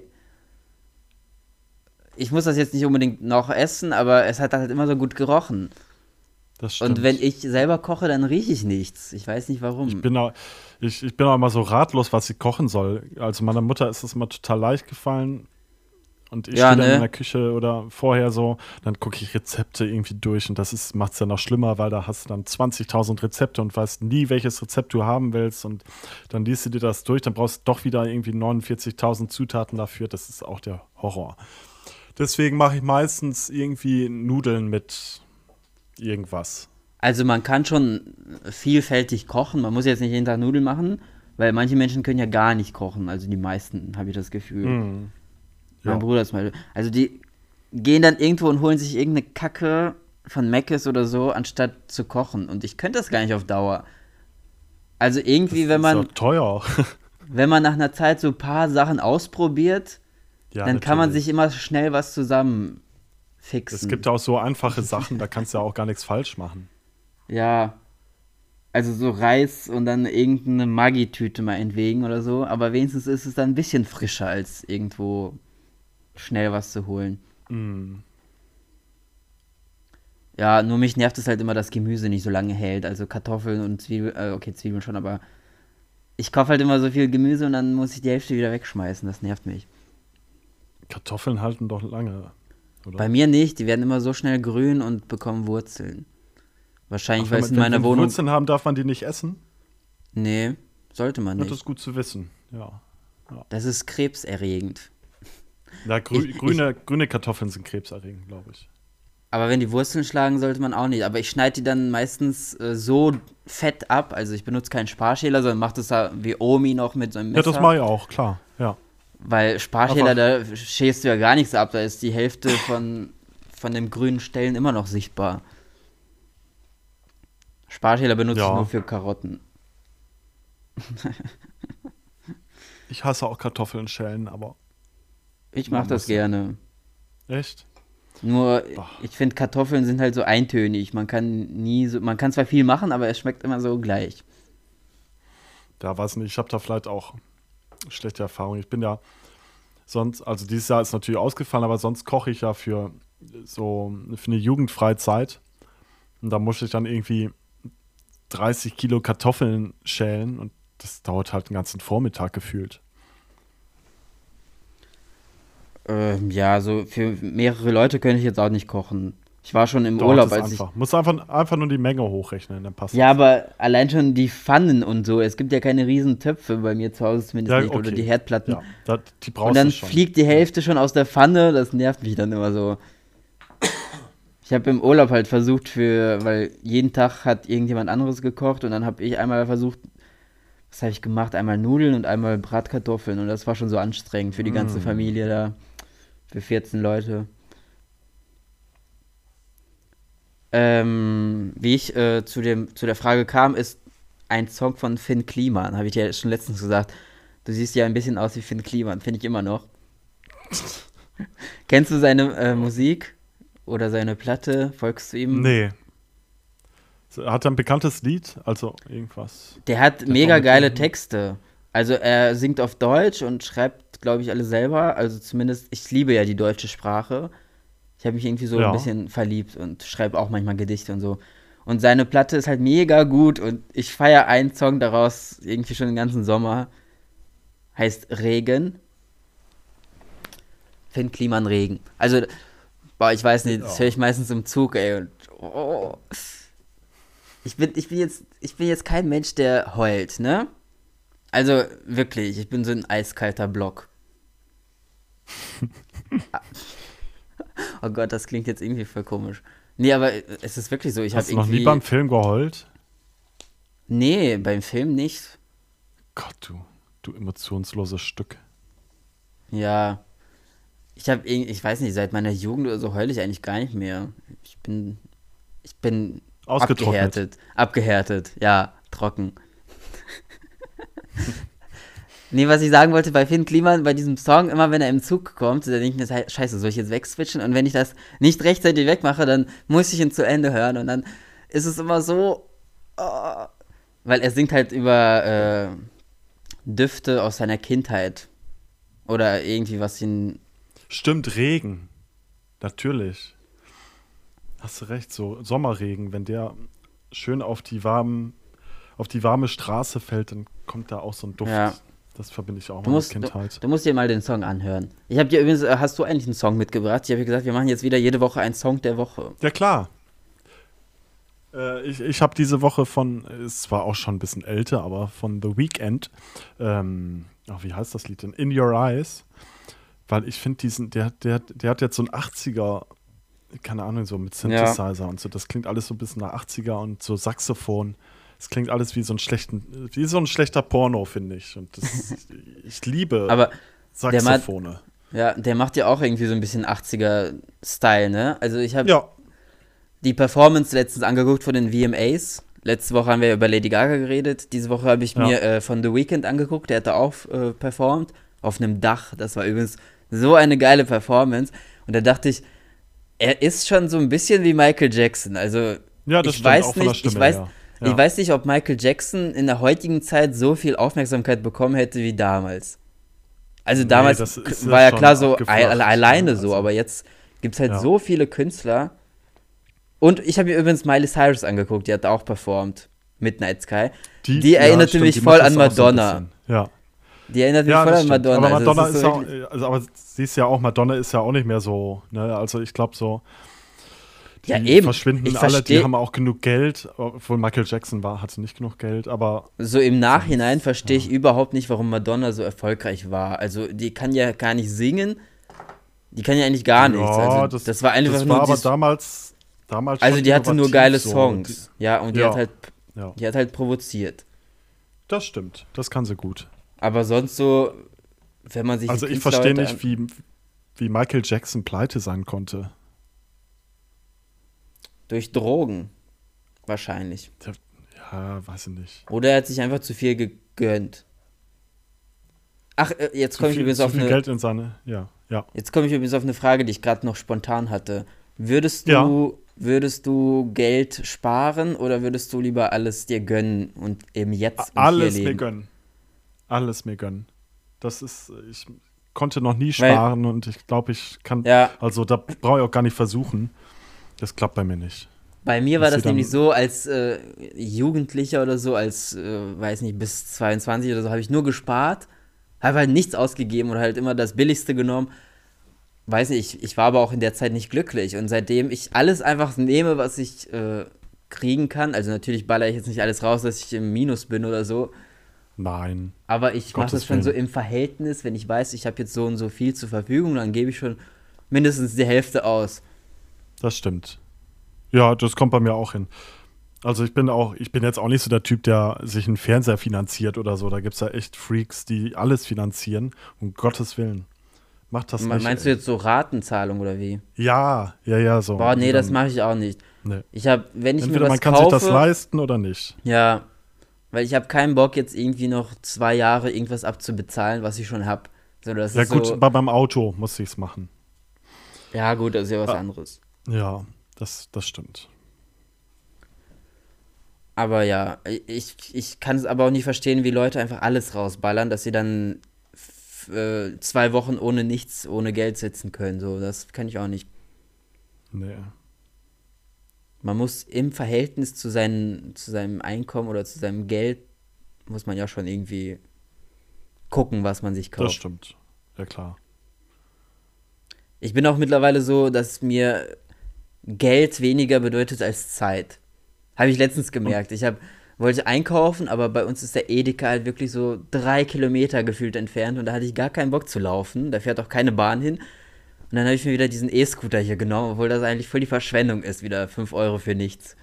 S1: Ich muss das jetzt nicht unbedingt noch essen, aber es hat halt immer so gut gerochen.
S2: Das
S1: Und wenn
S2: stimmt.
S1: ich selber koche, dann rieche ich nichts. Ich weiß nicht
S2: Ich
S1: warum.
S2: bin auch, ich bin auch immer so ratlos, was sie kochen soll. Also meiner Mutter ist es immer total leicht gefallen. Und ich
S1: Ja,
S2: stehe dann in der
S1: ne?
S2: Küche oder vorher so, dann gucke ich Rezepte irgendwie durch und macht es ja noch schlimmer, weil da hast du dann 20.000 Rezepte und weißt nie, welches Rezept du haben willst und dann liest du dir das durch, dann brauchst du doch wieder irgendwie 49.000 Zutaten dafür, das ist auch der Horror. Deswegen mache ich meistens irgendwie Nudeln mit irgendwas.
S1: Also man kann schon vielfältig kochen. Man muss jetzt nicht jeden Tag Nudeln machen, weil manche Menschen können ja gar nicht kochen. Also die meisten, habe ich das Gefühl.
S2: Mhm.
S1: Mein
S2: Ja.
S1: Bruder ist mal. Also die gehen dann irgendwo und holen sich irgendeine Kacke, von Mc's oder so, anstatt zu kochen. Und ich könnte das gar nicht auf Dauer. Also irgendwie,
S2: Das ist ja teuer.
S1: wenn man nach einer Zeit so ein paar Sachen ausprobiert,
S2: Ja,
S1: dann kann man sich
S2: natürlich.
S1: immer schnell was zusammen
S2: Es gibt
S1: fixen.
S2: ja auch so einfache Sachen, da kannst du ja auch gar nichts falsch machen.
S1: Ja, also so Reis und dann irgendeine Maggi-Tüte meinetwegen oder so. Aber wenigstens ist es dann ein bisschen frischer, als irgendwo schnell was zu holen.
S2: Mm.
S1: Ja, nur mich nervt es halt immer, dass Gemüse nicht so lange hält. Also Kartoffeln und Zwiebeln, okay, Zwiebeln schon, aber ich kaufe halt immer so viel Gemüse und dann muss ich die Hälfte wieder wegschmeißen. Das nervt mich.
S2: Kartoffeln halten doch lange,
S1: Bei
S2: oder?
S1: mir nicht, die werden immer so schnell grün und bekommen Wurzeln. Wahrscheinlich,
S2: Ach,
S1: weil es in
S2: wenn
S1: meiner
S2: die
S1: Wohnung.
S2: Wurzeln haben, darf man die nicht essen?
S1: Nee, sollte man
S2: Ja, das
S1: nicht.
S2: ist gut zu wissen. Ja. Ja,
S1: Das ist krebserregend.
S2: ja
S1: Ich,
S2: grüne Kartoffeln sind krebserregend, glaube ich.
S1: aber wenn die Wurzeln schlagen, sollte man auch nicht. Aber ich schneide die dann meistens so fett ab. Also ich benutze keinen Sparschäler, sondern mache das da wie Omi noch mit so einem
S2: Ja, das
S1: Messer.
S2: mache ich auch, klar. Ja.
S1: Weil Sparschäler,
S2: Einfach,
S1: da schälst du ja gar nichts ab. Da ist die Hälfte von den grünen Stellen immer noch sichtbar. Sparschäler benutze ich nur
S2: ja.
S1: für Karotten.
S2: Ich hasse auch Kartoffeln schälen, aber
S1: Ich mache
S2: man
S1: das
S2: muss ja.
S1: gerne.
S2: Echt?
S1: Nur,
S2: Bah.
S1: ich finde, Kartoffeln sind halt so eintönig. Man kann zwar viel machen, aber es schmeckt immer so gleich.
S2: Da weiß nicht, ich habe da vielleicht auch schlechte Erfahrungen. Ich bin ja sonst, also dieses Jahr ist natürlich ausgefallen, aber sonst koche ich ja für eine Jugendfreizeit. Und da muss ich dann irgendwie 30 Kilo Kartoffeln schälen und das dauert halt den ganzen Vormittag gefühlt.
S1: Ja, so für mehrere Leute könnte ich jetzt auch nicht kochen. Ich war schon im
S2: Dauert
S1: Urlaub,
S2: es
S1: als ich.
S2: einfach. Muss einfach nur die Menge hochrechnen, dann passt
S1: Ja,
S2: es.
S1: aber allein schon die Pfannen und so. Es gibt ja keine riesen Töpfe bei mir zu Hause zumindest
S2: Ja,
S1: nicht. Oder die
S2: okay.
S1: Herdplatten.
S2: Ja, die
S1: Und
S2: brauchst du
S1: dann
S2: schon.
S1: fliegt die
S2: Ja.
S1: Hälfte schon aus der Pfanne. Das nervt mich dann immer so. Ich habe im Urlaub halt versucht weil jeden Tag hat irgendjemand anderes gekocht und dann habe ich einmal versucht, was habe ich gemacht? Einmal Nudeln und einmal Bratkartoffeln und das war schon so anstrengend für die ganze
S2: Mm.
S1: Familie da, für 14 Leute. Wie ich zu der Frage kam, ist ein Song von Finn Kliman, habe ich dir schon letztens gesagt. Du siehst ja ein bisschen aus wie Finn Kliman, finde ich immer noch. Kennst du seine Musik oder seine Platte? Folgst du ihm?
S2: Nee. Hat er ein bekanntes Lied? Also irgendwas.
S1: Der hat
S2: Der hat auch
S1: mega
S2: mit
S1: geile
S2: irgendeinem.
S1: Texte. Also er singt auf Deutsch und schreibt, glaube ich, alle selber. Also zumindest, ich liebe ja die deutsche Sprache. Ich habe mich irgendwie so ein
S2: Ja.
S1: bisschen verliebt und schreibe auch manchmal Gedichte und so. Und seine Platte ist halt mega gut und ich feiere einen Song daraus irgendwie schon den ganzen Sommer. Heißt Regen. Finn Kliman Regen. Also, boah, ich weiß nicht, das höre
S2: Ja.
S1: ich meistens im Zug, ey. Und, oh. Ich bin jetzt kein Mensch, der heult, ne? Also wirklich, ich bin so ein eiskalter Block. Oh Gott, das klingt jetzt irgendwie voll komisch. Nee, aber es ist wirklich so, ich habe
S2: Hast du noch nie beim
S1: irgendwie.
S2: Film geheult?
S1: Nee, beim Film nicht.
S2: Gott, du emotionsloses Stück.
S1: Ja, ich weiß nicht, seit meiner Jugend oder so heule ich eigentlich gar nicht mehr. Ich bin
S2: Ausgetrocknet.
S1: abgehärtet, ja, trocken. Nee, was ich sagen wollte, bei Finn Kliman, bei diesem Song, immer wenn er im Zug kommt, dann denke ich mir, scheiße, soll ich jetzt wegswitchen? Und wenn ich das nicht rechtzeitig wegmache, dann muss ich ihn zu Ende hören. Und dann ist es immer so, oh, weil er singt halt über Düfte aus seiner Kindheit. Oder irgendwie was ihn.
S2: Stimmt, Regen. Natürlich. Hast du recht, so Sommerregen, wenn der schön auf die warme Straße fällt, dann kommt da auch so ein
S1: Ja.
S2: Duft. Das verbinde ich auch
S1: Du
S2: mal mit
S1: musst, du,
S2: Kindheit.
S1: du musst dir mal den Song anhören. Ich habe dir übrigens, hast du eigentlich einen Song mitgebracht? Ich habe gesagt, wir machen jetzt wieder jede Woche einen Song der Woche.
S2: Ja, klar. Ich habe diese Woche es war auch schon ein bisschen älter, aber von The Weeknd, wie heißt das Lied denn? In Your Eyes. Weil ich finde der hat jetzt so ein 80er, keine Ahnung, so mit
S1: Ja.
S2: Synthesizer und so. Das klingt alles so ein bisschen nach 80er und so Saxophon. Es klingt alles wie so ein schlechter Porno, finde ich. Und ich liebe
S1: Aber der macht,
S2: Saxophone.
S1: ja, der macht ja auch irgendwie so ein bisschen 80er-Style, ne? Also ich habe
S2: Ja,
S1: die Performance letztens angeguckt von den VMAs. Letzte Woche haben wir über Lady Gaga geredet. Diese Woche habe ich mir von The Weeknd angeguckt. Der hat da auch performt. Auf einem Dach. Das war übrigens so eine geile Performance. Und da dachte ich, er ist schon so ein bisschen wie Michael Jackson. Also,
S2: Ja, das
S1: ich
S2: stimmt,
S1: weiß
S2: auch von der
S1: nicht,
S2: Stimme
S1: ich weiß,
S2: her.
S1: ich
S2: Ja.
S1: weiß nicht, ob Michael Jackson in der heutigen Zeit so viel Aufmerksamkeit bekommen hätte wie damals. Also
S2: Nee,
S1: damals
S2: das ist
S1: war
S2: ja
S1: ja
S2: schon
S1: klar so
S2: abgeflacht,
S1: alleine
S2: ne?
S1: so,
S2: Also,
S1: aber jetzt gibt es halt
S2: ja.
S1: so viele Künstler. Und ich habe mir übrigens Miley Cyrus angeguckt, die hat auch performt. Midnight Sky. Die
S2: Ja,
S1: erinnerte
S2: stimmt,
S1: mich
S2: die
S1: voll
S2: macht
S1: an
S2: das auch so ein
S1: Madonna.
S2: bisschen. Ja.
S1: Die erinnert mich
S2: Ja,
S1: voll
S2: das
S1: an
S2: stimmt.
S1: Madonna.
S2: Aber
S1: Also
S2: Madonna
S1: das ist
S2: ist
S1: so
S2: ja,
S1: richtig,
S2: aber sie ist ja auch, Madonna ist ja auch nicht mehr so, ne? Also ich glaube so,
S1: ja
S2: die
S1: eben.
S2: verschwinden
S1: Ich
S2: alle, die
S1: verstehe,
S2: haben auch genug Geld, obwohl Michael Jackson hatte nicht genug Geld, aber
S1: so im Nachhinein
S2: sonst,
S1: verstehe ich
S2: ja.
S1: überhaupt nicht, warum Madonna so erfolgreich war. Also die kann ja gar nicht singen, die kann ja eigentlich gar nichts.
S2: Ja,
S1: Also das war einfach
S2: das
S1: nur
S2: war aber
S1: dieses,
S2: damals
S1: also
S2: schon
S1: die hatte nur
S2: innovativ
S1: geile
S2: so.
S1: Songs. Ja, und
S2: Ja, ja,
S1: die hat halt provoziert.
S2: das stimmt, das kann sie gut.
S1: Aber sonst so, wenn man sich die
S2: Also ich
S1: Künstler
S2: verstehe
S1: heute
S2: nicht, wie Michael Jackson pleite sein konnte.
S1: durch Drogen wahrscheinlich.
S2: Ja, weiß ich nicht.
S1: Oder er hat sich einfach zu viel gegönnt. Ach, jetzt komme ich übrigens
S2: Zu
S1: auf
S2: viel Geld in seine, ja.
S1: jetzt komme ich übrigens auf eine Frage, die ich gerade noch spontan hatte.
S2: Ja.
S1: Würdest du Geld sparen oder würdest du lieber alles dir gönnen und im Jetzt und hier
S2: Alles mir
S1: leben?
S2: gönnen. Alles mir gönnen. Ich konnte noch nie
S1: Weil,
S2: sparen und ich glaube, ich kann,
S1: ja,
S2: also da brauche ich auch gar nicht versuchen. Das klappt bei mir nicht.
S1: bei mir war
S2: Ich sehe
S1: das nämlich
S2: dann,
S1: so, als Jugendlicher oder so, als, weiß nicht, bis 22 oder so, habe ich nur gespart, habe halt nichts ausgegeben oder halt immer das Billigste genommen. Weiß nicht, ich war aber auch in der Zeit nicht glücklich. Und seitdem ich alles einfach nehme, was ich kriegen kann, also natürlich baller ich jetzt nicht alles raus, dass ich im Minus bin oder so,
S2: nein,
S1: aber ich mache das
S2: Gottes
S1: schon so
S2: Willen.
S1: im Verhältnis, wenn ich weiß, ich habe jetzt so und so viel zur Verfügung, dann gebe ich schon mindestens die Hälfte aus.
S2: Das stimmt. Ja, das kommt bei mir auch hin. Also ich bin jetzt auch nicht so der Typ, der sich einen Fernseher finanziert oder so. Da gibt es ja echt Freaks, die alles finanzieren. Um Gottes Willen. Macht das nicht,
S1: Meinst du
S2: ey.
S1: jetzt so Ratenzahlung oder wie?
S2: Ja, so.
S1: Boah,
S2: Die
S1: nee, das
S2: dann,
S1: mache ich auch nicht.
S2: ne.
S1: Wenn ich mir
S2: Entweder man
S1: was
S2: kann sich das
S1: kaufe,
S2: leisten oder nicht.
S1: ja, weil ich habe keinen Bock, jetzt irgendwie noch 2 Jahre irgendwas abzubezahlen, was ich schon habe. So, das
S2: Ja
S1: ist
S2: gut,
S1: so,
S2: beim Auto muss ich es machen.
S1: ja gut, das ist ja was
S2: Ah,
S1: anderes.
S2: ja, das stimmt.
S1: Aber ja, ich kann es aber auch nicht verstehen, wie Leute einfach alles rausballern, dass sie dann 2 Wochen ohne nichts, ohne Geld sitzen können. So, das kann ich auch nicht.
S2: Nee.
S1: Man muss im Verhältnis zu seinem Einkommen oder zu seinem Geld, muss man ja schon irgendwie gucken, was man sich
S2: Das
S1: kauft.
S2: stimmt. Ja, klar.
S1: Ich bin auch mittlerweile so, dass mir Geld weniger bedeutet als Zeit. Habe ich letztens
S2: Und
S1: gemerkt. Wollte einkaufen, aber bei uns ist der Edeka halt wirklich so 3 Kilometer gefühlt entfernt und da hatte ich gar keinen Bock zu laufen. Da fährt auch keine Bahn hin. Und dann habe ich mir wieder diesen E-Scooter hier genommen, obwohl das eigentlich voll die Verschwendung ist. Wieder 5 Euro für nichts.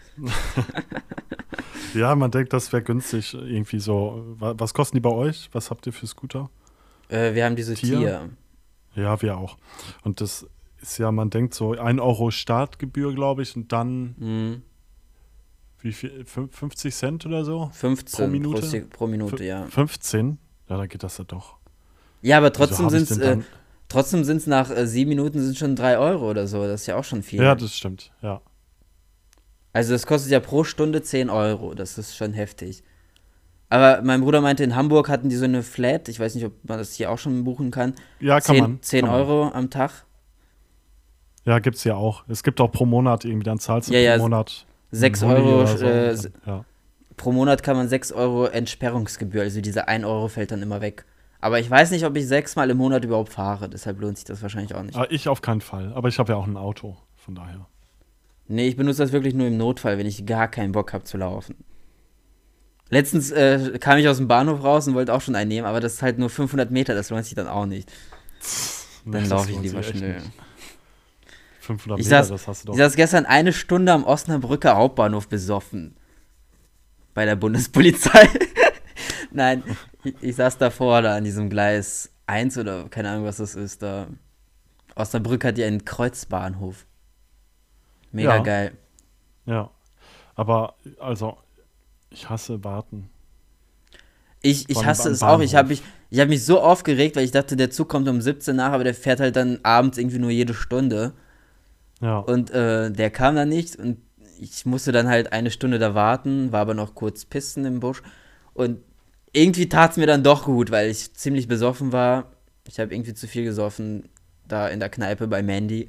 S2: ja, man denkt, das wäre günstig irgendwie so. Was kosten die bei euch? Was habt ihr für Scooter?
S1: Wir haben diese
S2: Tier?
S1: Tier.
S2: Ja, wir auch. Und das ist ja, man denkt so 1 € Startgebühr, glaube ich, und dann,
S1: Hm,
S2: wie viel? 50 Cent oder so? Pro
S1: 15
S2: Minute?
S1: pro Minute, ja.
S2: 15? Ja, dann geht das ja doch.
S1: Ja, aber
S2: Wieso habe ich denn dann?
S1: trotzdem sind's nach 7 Minuten sind schon 3 Euro oder so. Das ist ja auch schon
S2: Ja,
S1: viel.
S2: das stimmt, ja.
S1: Also das kostet ja pro Stunde 10 Euro. Das ist schon heftig. Aber mein Bruder meinte, in Hamburg hatten die so eine Flat. Ich weiß nicht, ob man das hier auch schon buchen kann.
S2: Ja, kann man.
S1: 10
S2: Kann man.
S1: Euro am Tag.
S2: Ja, gibt's ja auch. Es gibt auch pro Monat irgendwie, dann zahlst du
S1: Ja, ja,
S2: pro Monat
S1: 6
S2: einen Huni
S1: Euro,
S2: oder so. Und dann, ja.
S1: pro Monat kann man 6 Euro Entsperrungsgebühr. Also diese 1 Euro fällt dann immer weg. Aber ich weiß nicht, ob ich 6-mal im Monat überhaupt fahre. Deshalb lohnt sich das wahrscheinlich auch nicht.
S2: Aber ich auf keinen Fall. Aber ich habe ja auch ein Auto, von daher.
S1: Nee, ich benutze das wirklich nur im Notfall, wenn ich gar keinen Bock habe zu laufen. Letztens kam ich aus dem Bahnhof raus und wollte auch schon einen nehmen, aber das ist halt nur 500 Meter, das lohnt sich dann auch nicht.
S2: Nee,
S1: Dann
S2: das
S1: laufe ich
S2: lohnt sich
S1: lieber
S2: echt
S1: schnell.
S2: nicht. 500
S1: Ich
S2: Meter,
S1: saß,
S2: das hast du
S1: ich
S2: doch.
S1: saß gestern eine Stunde am Osnabrücker Hauptbahnhof besoffen. Bei der Bundespolizei. Nein, ich saß davor, da an diesem Gleis 1 oder keine Ahnung, was das ist. Osnabrück hat ja einen Kreuzbahnhof. Mega
S2: Ja.
S1: geil.
S2: Ja. Aber, also, ich hasse Warten.
S1: Ich
S2: Vor allem
S1: hasse
S2: am
S1: es auch. Ich
S2: Bahnhof.
S1: hab mich so aufgeregt, weil ich dachte, der Zug kommt um 17 nach, aber der fährt halt dann abends irgendwie nur jede Stunde.
S2: Ja.
S1: Und der kam dann nicht und ich musste dann halt eine Stunde da warten, war aber noch kurz pissen im Busch. Und irgendwie tat es mir dann doch gut, weil ich ziemlich besoffen war. Ich habe irgendwie zu viel gesoffen da in der Kneipe bei Mandy.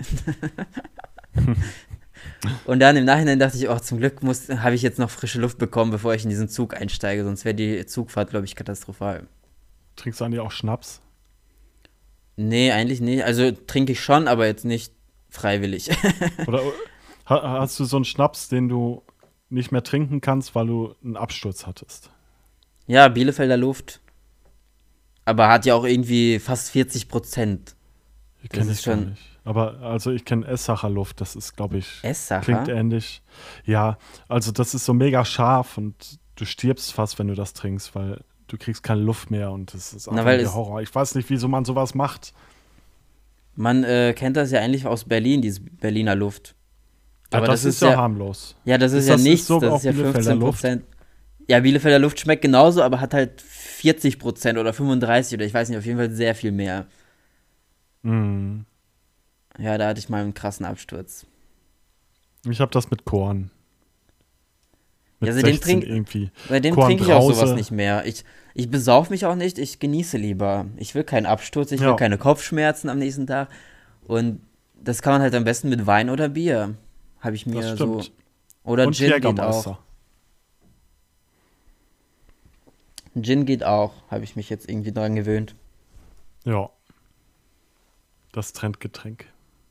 S1: Und dann im Nachhinein dachte ich, oh, zum Glück habe ich jetzt noch frische Luft bekommen, bevor ich in diesen Zug einsteige, sonst wäre die Zugfahrt, glaube ich, katastrophal.
S2: Trinkst du eigentlich auch Schnaps?
S1: Nee, eigentlich nicht. Also trinke ich schon, aber jetzt nicht freiwillig.
S2: Oder hast du so einen Schnaps, den du nicht mehr trinken kannst, weil du einen Absturz hattest?
S1: Ja, Bielefelder Luft. Aber hat ja auch irgendwie fast 40%.
S2: Ich
S1: Das
S2: kenne
S1: ist
S2: ich gar
S1: schon
S2: nicht. Aber also ich kenne Essacher Luft, das ist, glaube ich, klingt
S1: Essacher.
S2: ähnlich. Ja, also das ist so mega scharf und du stirbst fast, wenn du das trinkst, weil du kriegst keine Luft mehr und das ist
S1: Na,
S2: einfach nur
S1: weil
S2: der Horror. Ich weiß nicht, wieso man sowas macht.
S1: man kennt das ja eigentlich aus Berlin, diese Berliner Luft.
S2: Ja,
S1: Aber das
S2: das ist
S1: ist
S2: ja
S1: ja,
S2: harmlos.
S1: ja, das ist
S2: Ist
S1: ja
S2: das ist
S1: nichts,
S2: so
S1: das ist
S2: auch
S1: ja
S2: Bielefelder Luft?
S1: 15%. Ja, Bielefelder Luft schmeckt genauso, aber hat halt 40% oder 35 oder ich weiß nicht, auf jeden Fall sehr viel mehr.
S2: Mhm.
S1: Ja, da hatte ich mal einen krassen Absturz.
S2: Ich habe das mit Korn.
S1: Ja,
S2: Mit 16 irgendwie.
S1: seitdem trinke ich auch sowas
S2: Kornbrause.
S1: nicht mehr. Ich besauf mich auch nicht, ich genieße lieber. Ich will keinen Absturz, ich will
S2: Ja,
S1: keine Kopfschmerzen am nächsten Tag. Und das kann man halt am besten mit Wein oder Bier. Habe ich
S2: das
S1: mir so.
S2: stimmt.
S1: Oder
S2: Und
S1: Gin geht auch.
S2: Jägermeister.
S1: Gin geht auch, habe ich mich jetzt irgendwie dran gewöhnt.
S2: Ja, das Trendgetränk.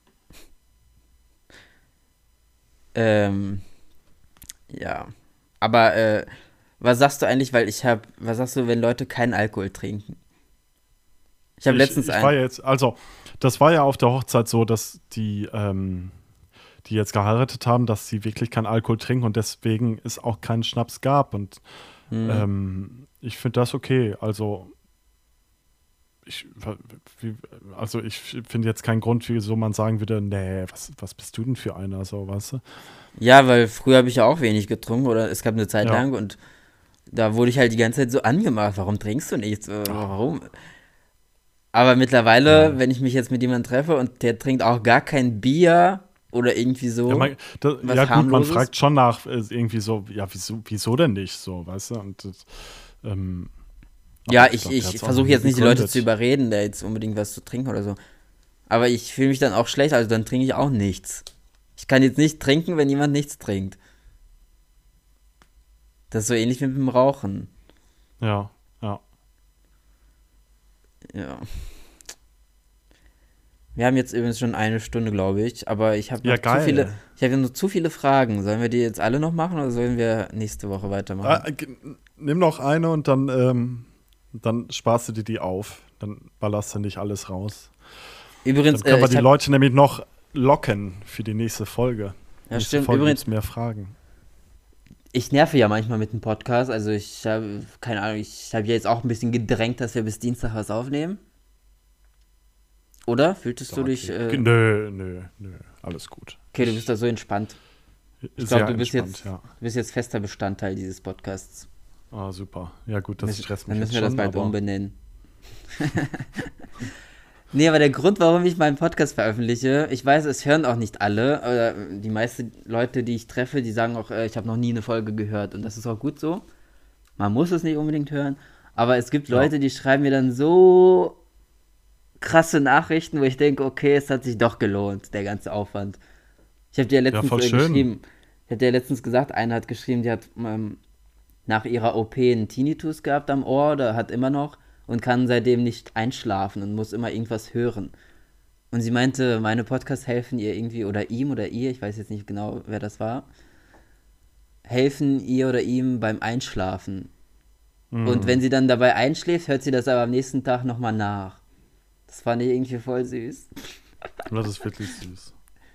S1: Ähm, ja. Aber was sagst du eigentlich, was sagst du, wenn Leute keinen Alkohol trinken? Ich habe letztens
S2: Ich war
S1: ein.
S2: ja jetzt, also, das war ja auf der Hochzeit so, dass die jetzt geheiratet haben, dass sie wirklich keinen Alkohol trinken und deswegen es auch keinen Schnaps gab. Und
S1: Hm,
S2: ich finde das okay. Ich, wie, also ich finde jetzt keinen Grund, wieso man sagen würde, nee, was bist du denn für einer, so, weißt du?
S1: ja, weil früher habe ich ja auch wenig getrunken oder es gab eine Zeit
S2: Ja.
S1: lang und da wurde ich halt die ganze Zeit so angemacht. Warum trinkst du nichts? Warum? Aber mittlerweile,
S2: Ja.
S1: wenn ich mich jetzt mit jemandem treffe und der trinkt auch gar kein Bier oder irgendwie
S2: Ja,
S1: so
S2: ja
S1: was
S2: gut, man
S1: harmloses.
S2: fragt schon nach, irgendwie so, ja, wieso denn nicht, so, weißt du? Ähm,
S1: Ja,
S2: aber ich glaube, der hat
S1: ich
S2: es auch noch
S1: versuche
S2: nie
S1: jetzt nicht die Leute zu
S2: begründet.
S1: überreden, da jetzt unbedingt was zu trinken oder so. Aber ich fühle mich dann auch schlecht, also dann trinke ich auch nichts. Ich kann jetzt nicht trinken, wenn jemand nichts trinkt. Das ist so ähnlich wie mit dem Rauchen.
S2: Ja, ja.
S1: Ja. Wir haben jetzt übrigens schon eine Stunde, glaube ich, aber
S2: Ja, geil.
S1: ich habe noch zu viele Fragen. Sollen wir die jetzt alle noch machen oder sollen wir nächste Woche weitermachen?
S2: Nimm noch eine und dann sparst du dir die auf. Dann ballerst du nicht alles raus.
S1: Übrigens,
S2: Dann können wir die Leute nämlich noch locken für die nächste Folge.
S1: ja
S2: Nächste
S1: stimmt,
S2: Folge gibt
S1: übrigens,
S2: es mehr Fragen.
S1: ich nerve ja manchmal mit dem Podcast, also ich habe, keine Ahnung, ich habe ja jetzt auch ein bisschen gedrängt, dass wir bis Dienstag was aufnehmen. Oder? Fühltest du
S2: Da
S1: dich,
S2: nö, alles gut.
S1: okay, du bist da so entspannt. Ich glaube,
S2: Sehr entspannt, ja.
S1: du bist jetzt fester Bestandteil dieses Podcasts.
S2: Ah, super. Ja gut, das stresst
S1: Dann
S2: mich
S1: müssen
S2: jetzt
S1: wir das
S2: schon,
S1: bald
S2: aber
S1: umbenennen. Nee, aber der Grund, warum ich meinen Podcast veröffentliche, ich weiß, es hören auch nicht alle, oder die meisten Leute, die ich treffe, die sagen auch, ich habe noch nie eine Folge gehört und das ist auch gut so. Man muss es nicht unbedingt hören, aber es gibt
S2: ja.
S1: Leute, die schreiben mir dann so krasse Nachrichten, wo ich denke, okay, es hat sich doch gelohnt, der ganze Aufwand. Ich habe dir ja
S2: Ja,
S1: letztens
S2: voll schön.
S1: geschrieben, ich habe dir ja letztens gesagt, eine hat geschrieben, die hat nach ihrer OP einen Tinnitus gehabt am Ohr oder hat immer noch und kann seitdem nicht einschlafen und muss immer irgendwas hören. Und sie meinte, meine Podcasts helfen ihr irgendwie, oder ihm oder ihr, ich weiß jetzt nicht genau, wer das war, helfen ihr oder ihm beim Einschlafen. Und wenn
S2: Mhm.
S1: sie dann dabei einschläft, hört sie das aber am nächsten Tag nochmal nach. Das fand ich irgendwie voll süß.
S2: Das ist wirklich süß.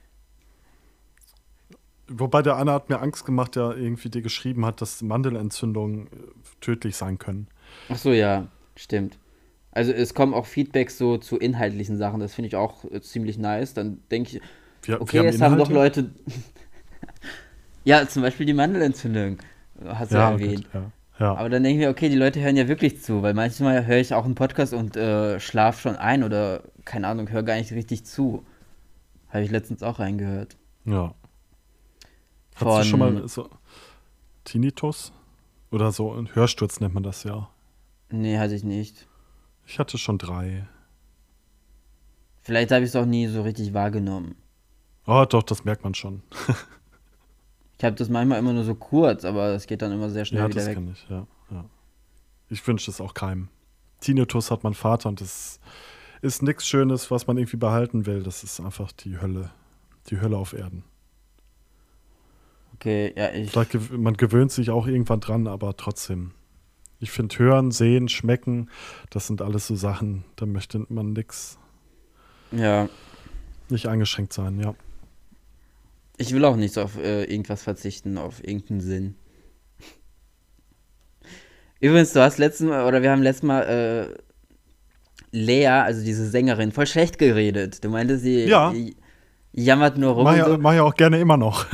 S2: Wobei der eine hat mir Angst gemacht, der irgendwie dir geschrieben hat, dass Mandelentzündungen tödlich sein können.
S1: Ach so, ja, stimmt. Also es kommen auch Feedbacks so zu inhaltlichen Sachen, das finde ich auch ziemlich nice. Dann denke ich,
S2: Wir
S1: okay,
S2: haben
S1: es haben doch
S2: Inhalte?
S1: Leute, Ja, zum Beispiel die Mandelentzündung, hast du ja
S2: Ja, gut,
S1: erwähnt.
S2: ja. Ja.
S1: Aber dann denke ich mir, okay, die Leute hören ja wirklich zu, weil manchmal höre ich auch einen Podcast und schlaf schon ein oder, keine Ahnung, höre gar nicht richtig zu. Habe ich letztens auch reingehört.
S2: Ja. Hattest du schon
S1: Von,
S2: mal so Tinnitus? Oder so ein Hörsturz nennt man das ja.
S1: nee, hatte ich nicht.
S2: Ich hatte schon 3.
S1: Vielleicht habe ich es auch nie so richtig wahrgenommen.
S2: Oh, doch, das merkt man schon.
S1: Ich habe das manchmal immer nur so kurz, aber das geht dann immer sehr schnell
S2: Ja,
S1: wieder
S2: das
S1: weg.
S2: kenne ich, ja. Ja. Ich wünsche es auch keinem. Tinnitus hat mein Vater und das ist nichts Schönes, was man irgendwie behalten will. Das ist einfach die Hölle. Die Hölle auf Erden.
S1: Okay, ja,
S2: Vielleicht man gewöhnt sich auch irgendwann dran, aber trotzdem. Ich finde, hören, sehen, schmecken, das sind alles so Sachen, da möchte man
S1: ja,
S2: nicht eingeschränkt sein, ja.
S1: ich will auch nicht so auf irgendwas verzichten, auf irgendeinen Sinn. Übrigens, du hast letztes Mal, oder wir haben letztes Mal Lea, also diese Sängerin, voll schlecht geredet. Du meintest,
S2: Ja,
S1: sie jammert nur rum und so.
S2: mach ja auch gerne immer noch.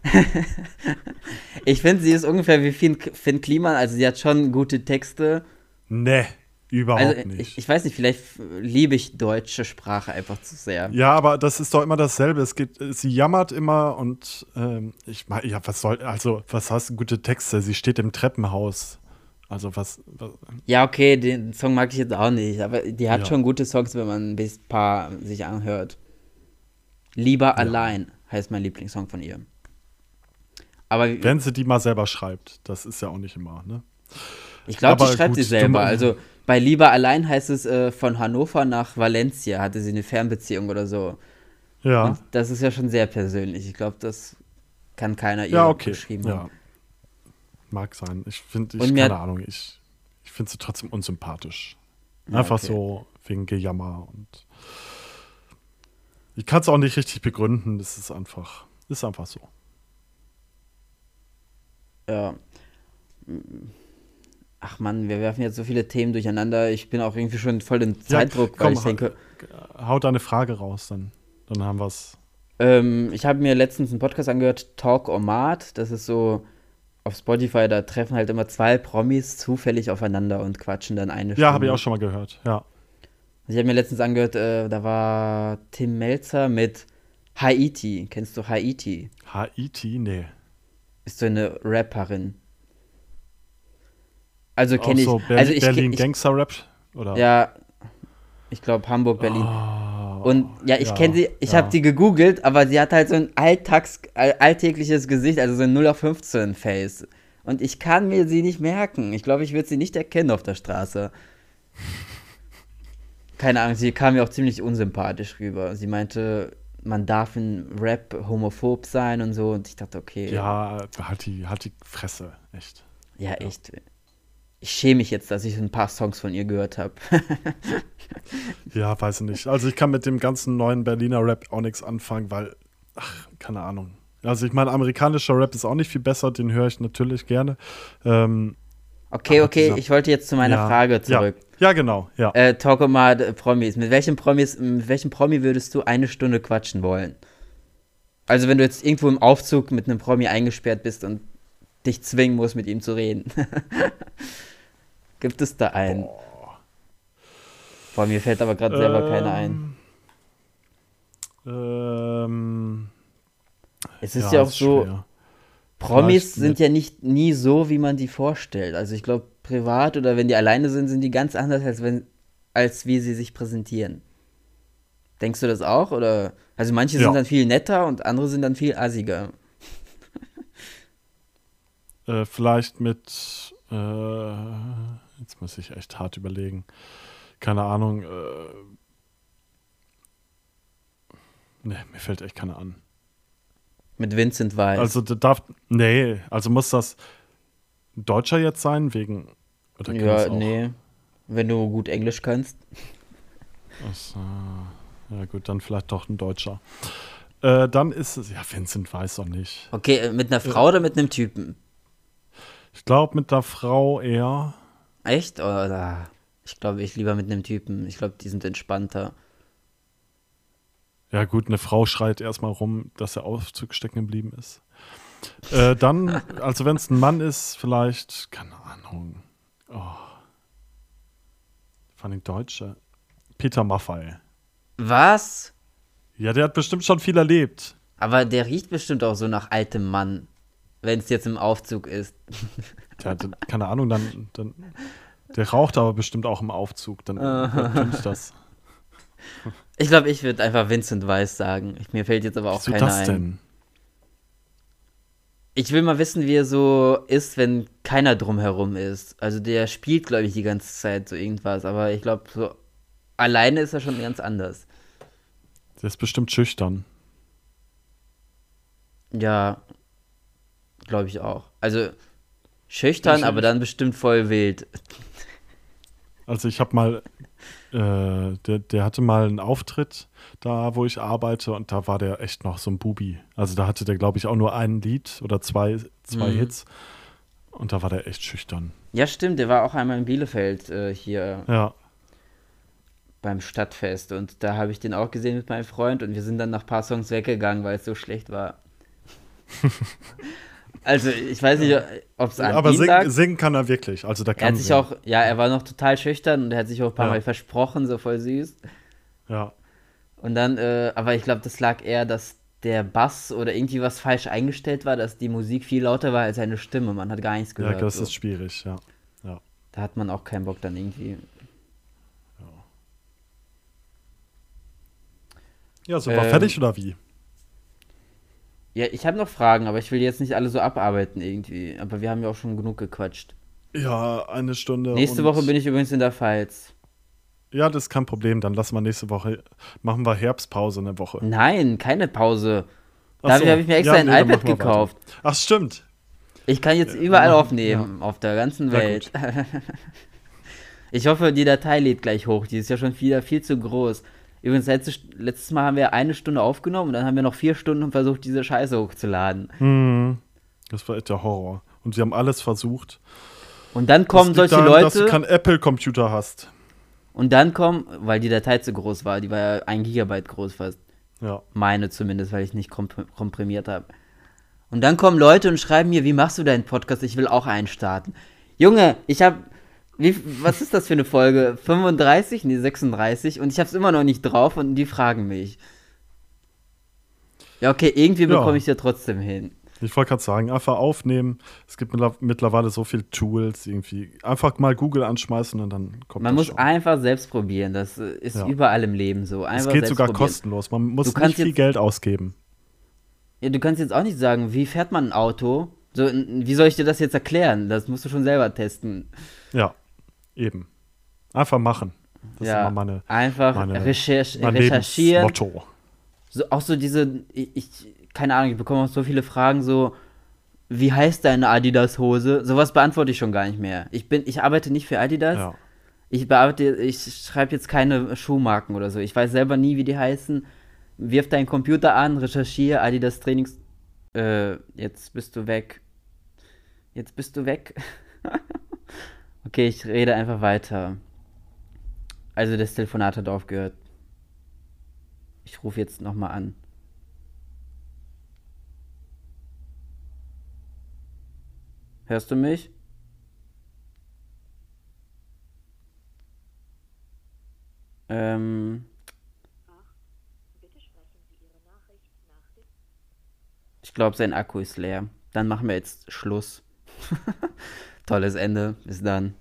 S1: Ich finde, sie ist ungefähr wie Finn Kliman, also sie hat schon gute Texte.
S2: Nee,
S1: Also
S2: überhaupt
S1: ich,
S2: nicht.
S1: ich weiß nicht, vielleicht liebe ich deutsche Sprache einfach zu sehr.
S2: Ja, aber das ist doch immer dasselbe. Sie jammert immer und ich meine, ja, was heißt gute Texte? Sie steht im Treppenhaus. Also was
S1: Ja, okay, den Song mag ich jetzt auch nicht, aber die hat
S2: ja,
S1: schon gute Songs, wenn man ein paar sich anhört. Lieber
S2: ja.
S1: allein heißt mein Lieblingssong von ihr. Aber
S2: Wenn sie die mal selber schreibt, das ist ja auch nicht immer, ne?
S1: ich glaube, die
S2: Aber
S1: schreibt sie
S2: gut,
S1: selber. Also bei Lieber allein heißt es, von Hannover nach Valencia hatte sie eine Fernbeziehung oder so. Und
S2: ja,
S1: das ist ja schon sehr persönlich. Ich glaube, das kann keiner
S2: ja,
S1: ihr
S2: okay,
S1: geschrieben haben.
S2: ja, mag sein.
S1: Und mir
S2: Keine
S1: hat,
S2: Ahnung, ich finde sie trotzdem unsympathisch.
S1: ja,
S2: Einfach
S1: okay.
S2: so wegen Gejammer und ich kann es auch nicht richtig begründen. Das ist einfach so.
S1: Ja. Ach Mann, wir werfen jetzt so viele Themen durcheinander. Ich bin auch irgendwie schon voll in
S2: Ja,
S1: Zeitdruck, weil
S2: komm,
S1: ich denke,
S2: hau deine Frage raus, dann haben wir es.
S1: ich habe mir letztens einen Podcast angehört, Talk-O-Mat. Das ist so auf Spotify, da treffen halt immer zwei Promis zufällig aufeinander und quatschen dann eine
S2: Ja, habe ich auch
S1: Stunde.
S2: schon mal gehört. Ja.
S1: Ich habe mir letztens angehört, da war Tim Melzer mit Haiti. Kennst du Haiti?
S2: Haiti? Nee.
S1: Ist so eine Rapperin. Also
S2: Auch
S1: kenne ich,
S2: so
S1: also
S2: Berlin Gangster Rap? Oder?
S1: ja, ich glaube Hamburg, Berlin.
S2: Oh,
S1: Und ja, ich kenne
S2: ja,
S1: sie, ich habe
S2: ja.
S1: die gegoogelt, aber sie hat halt so ein alltägliches Gesicht, also so ein 0815 Face. Und ich kann mir sie nicht merken. Ich glaube, ich würde sie nicht erkennen auf der Straße. Keine Ahnung, sie kam mir auch ziemlich unsympathisch rüber. Sie meinte, man darf in Rap homophob sein und so. Und ich dachte, okay,
S2: Ja, halt die Fresse, echt.
S1: ja,
S2: Ja.
S1: echt. Ich schäme mich jetzt, dass ich ein paar Songs von ihr gehört habe.
S2: Ja, weiß ich nicht. Also ich kann mit dem ganzen neuen Berliner Rap auch nichts anfangen, weil, ach, keine Ahnung. Also ich meine, amerikanischer Rap ist auch nicht viel besser, den höre ich natürlich gerne. Ähm,
S1: Okay,
S2: aber
S1: okay, ich wollte jetzt zu meiner
S2: ja,
S1: Frage
S2: ja,
S1: zurück.
S2: ja, genau, ja.
S1: Talk mal Promis. Mit welchem Promi würdest du eine Stunde quatschen wollen? Also wenn du jetzt irgendwo im Aufzug mit einem Promi eingesperrt bist und dich zwingen musst, mit ihm zu reden. Gibt es da einen?
S2: Boah.
S1: Boah, mir fällt aber gerade selber keiner ein.
S2: Ähm, ähm,
S1: Es ist ja
S2: ja,
S1: auch
S2: ist
S1: so,
S2: schwer.
S1: Promis
S2: Vielleicht
S1: sind
S2: mit,
S1: ja nicht nie so, wie man die vorstellt. Also ich glaube, privat oder wenn die alleine sind, sind die ganz anders, als wie sie sich präsentieren. Denkst du das auch? Oder? Also manche sind
S2: ja,
S1: dann viel netter und andere sind dann viel assiger.
S2: vielleicht mit, jetzt muss ich echt hart überlegen. Keine Ahnung, ne, mir fällt echt keiner an.
S1: Mit Vincent Weiss.
S2: Also also muss das ein Deutscher jetzt sein, oder kann das
S1: Ja,
S2: auch,
S1: nee. Wenn du gut Englisch kannst.
S2: aus, ja gut, dann vielleicht doch ein Deutscher. Dann ist es, ja, Vincent weiß doch nicht.
S1: Okay, mit einer
S2: Äh,
S1: Frau oder mit einem Typen?
S2: Ich glaube mit der Frau eher,
S1: Echt? Oder? Ich glaube, ich lieber mit einem Typen. Ich glaube, die sind entspannter.
S2: ja gut, eine Frau schreit erstmal rum, dass der Aufzug stecken geblieben ist. Dann, also wenn es ein Mann ist, vielleicht, keine Ahnung. Oh, von den Deutsche. Peter Maffay.
S1: Was?
S2: Ja, der hat bestimmt schon viel erlebt.
S1: Aber der riecht bestimmt auch so nach altem Mann, wenn es jetzt im Aufzug ist.
S2: Der hat, keine Ahnung, dann der raucht aber bestimmt auch im Aufzug. Dann könnte ich das.
S1: Ich glaube, ich würde einfach Vincent Weiss sagen. Mir fällt jetzt aber auch
S2: Wieso
S1: keiner
S2: das
S1: ein.
S2: denn?
S1: Ich will mal wissen, wie er so ist, wenn keiner drumherum ist. Also der spielt, glaube ich, die ganze Zeit so irgendwas. Aber ich glaube, so alleine ist er schon ganz anders.
S2: Der ist bestimmt schüchtern.
S1: Ja, glaube ich auch. Also schüchtern, aber dann bestimmt voll wild.
S2: Also ich habe mal, der hatte mal einen Auftritt da, wo ich arbeite und da war der echt noch so ein Bubi. Also da hatte der, glaube ich, auch nur ein Lied oder zwei Hits und da war der echt schüchtern.
S1: Ja, stimmt, der war auch einmal in Bielefeld hier
S2: Ja,
S1: beim Stadtfest und da habe ich den auch gesehen mit meinem Freund und wir sind dann nach ein paar Songs weggegangen, weil es so schlecht war. Also ich weiß nicht, ob es an
S2: aber
S1: ihm lag.
S2: singen kann er wirklich. Also da
S1: Er
S2: kann
S1: hat sich
S2: singen.
S1: auch, ja, er war noch total schüchtern und er hat sich auch ein paar
S2: Ja.
S1: Mal versprochen, so voll süß.
S2: Ja,
S1: Und dann, aber ich glaube, das lag eher, dass der Bass oder irgendwie was falsch eingestellt war, dass die Musik viel lauter war als seine Stimme. Man hat gar nichts
S2: ja,
S1: gehört.
S2: das
S1: So.
S2: ist schwierig, ja.
S1: Da hat man auch keinen Bock dann irgendwie.
S2: Ja, sind wir fertig oder wie?
S1: Ja, ich habe noch Fragen, aber ich will jetzt nicht alle so abarbeiten irgendwie. Aber wir haben ja auch schon genug gequatscht.
S2: Ja, eine Stunde.
S1: Nächste Woche bin ich übrigens in der Pfalz.
S2: Ja, das ist kein Problem. Dann lassen wir nächste Woche, machen wir Herbstpause eine Woche.
S1: Nein, keine Pause.
S2: Ach
S1: Dafür
S2: so.
S1: habe ich mir extra
S2: Ja,
S1: ein
S2: nee, dann
S1: iPad
S2: machen wir
S1: gekauft.
S2: weiter. Ach, stimmt.
S1: Ich kann jetzt überall
S2: machen-
S1: aufnehmen, auf der ganzen
S2: Sehr
S1: Welt. Ich hoffe, die Datei lädt gleich hoch. Die ist ja schon viel zu groß. Übrigens, letztes Mal haben wir 1 Stunde aufgenommen und dann haben wir noch 4 Stunden versucht, diese Scheiße hochzuladen.
S2: Das war echt der Horror. Und sie haben alles versucht.
S1: Und dann kommen
S2: Das liegt
S1: solche
S2: daran, dass du
S1: Leute
S2: keinen Apple-Computer hast.
S1: und dann kommen, weil die Datei zu groß war, die war ja 1 Gigabyte groß fast.
S2: Ja.
S1: Meine zumindest, weil ich nicht komprimiert habe. Und dann kommen Leute und schreiben mir, wie machst du deinen Podcast? Ich will auch einen starten. Junge, was ist das für eine Folge? 35? Nee, 36. Und ich hab's immer noch nicht drauf und die fragen mich. Ja, okay, irgendwie bekomme ich es ja trotzdem hin.
S2: Ich wollte gerade sagen, einfach aufnehmen. Es gibt mittlerweile so viele Tools irgendwie. Einfach mal Google anschmeißen und dann kommt
S1: Man
S2: das
S1: muss
S2: schon.
S1: einfach selbst probieren. Das ist
S2: Ja.
S1: überall im Leben so.
S2: Es
S1: Einfach
S2: geht
S1: selbst
S2: sogar
S1: probieren.
S2: kostenlos. Man muss
S1: Du kannst
S2: nicht viel
S1: jetzt-
S2: Geld ausgeben.
S1: Ja, du kannst jetzt auch nicht sagen, wie fährt man ein Auto? So, wie soll ich dir das jetzt erklären? Das musst du schon selber testen.
S2: Ja, eben. Einfach machen. Das
S1: Ja,
S2: ist immer
S1: einfach
S2: mein
S1: recherchieren.
S2: Lebensmotto.
S1: So, auch so keine Ahnung, ich bekomme auch so viele Fragen so, wie heißt deine Adidas-Hose? Sowas beantworte ich schon gar nicht mehr. Ich arbeite nicht für Adidas.
S2: Ja.
S1: Ich schreibe jetzt keine Schuhmarken oder so. Ich weiß selber nie, wie die heißen. Wirf deinen Computer an, recherchiere Adidas Trainings. Jetzt bist du weg. Jetzt bist du weg. Okay, ich rede einfach weiter. Also das Telefonat hat aufgehört. Ich rufe jetzt nochmal an. Hörst du mich? Ich glaube, sein Akku ist leer. Dann machen wir jetzt Schluss. Tolles Ende. Bis dann.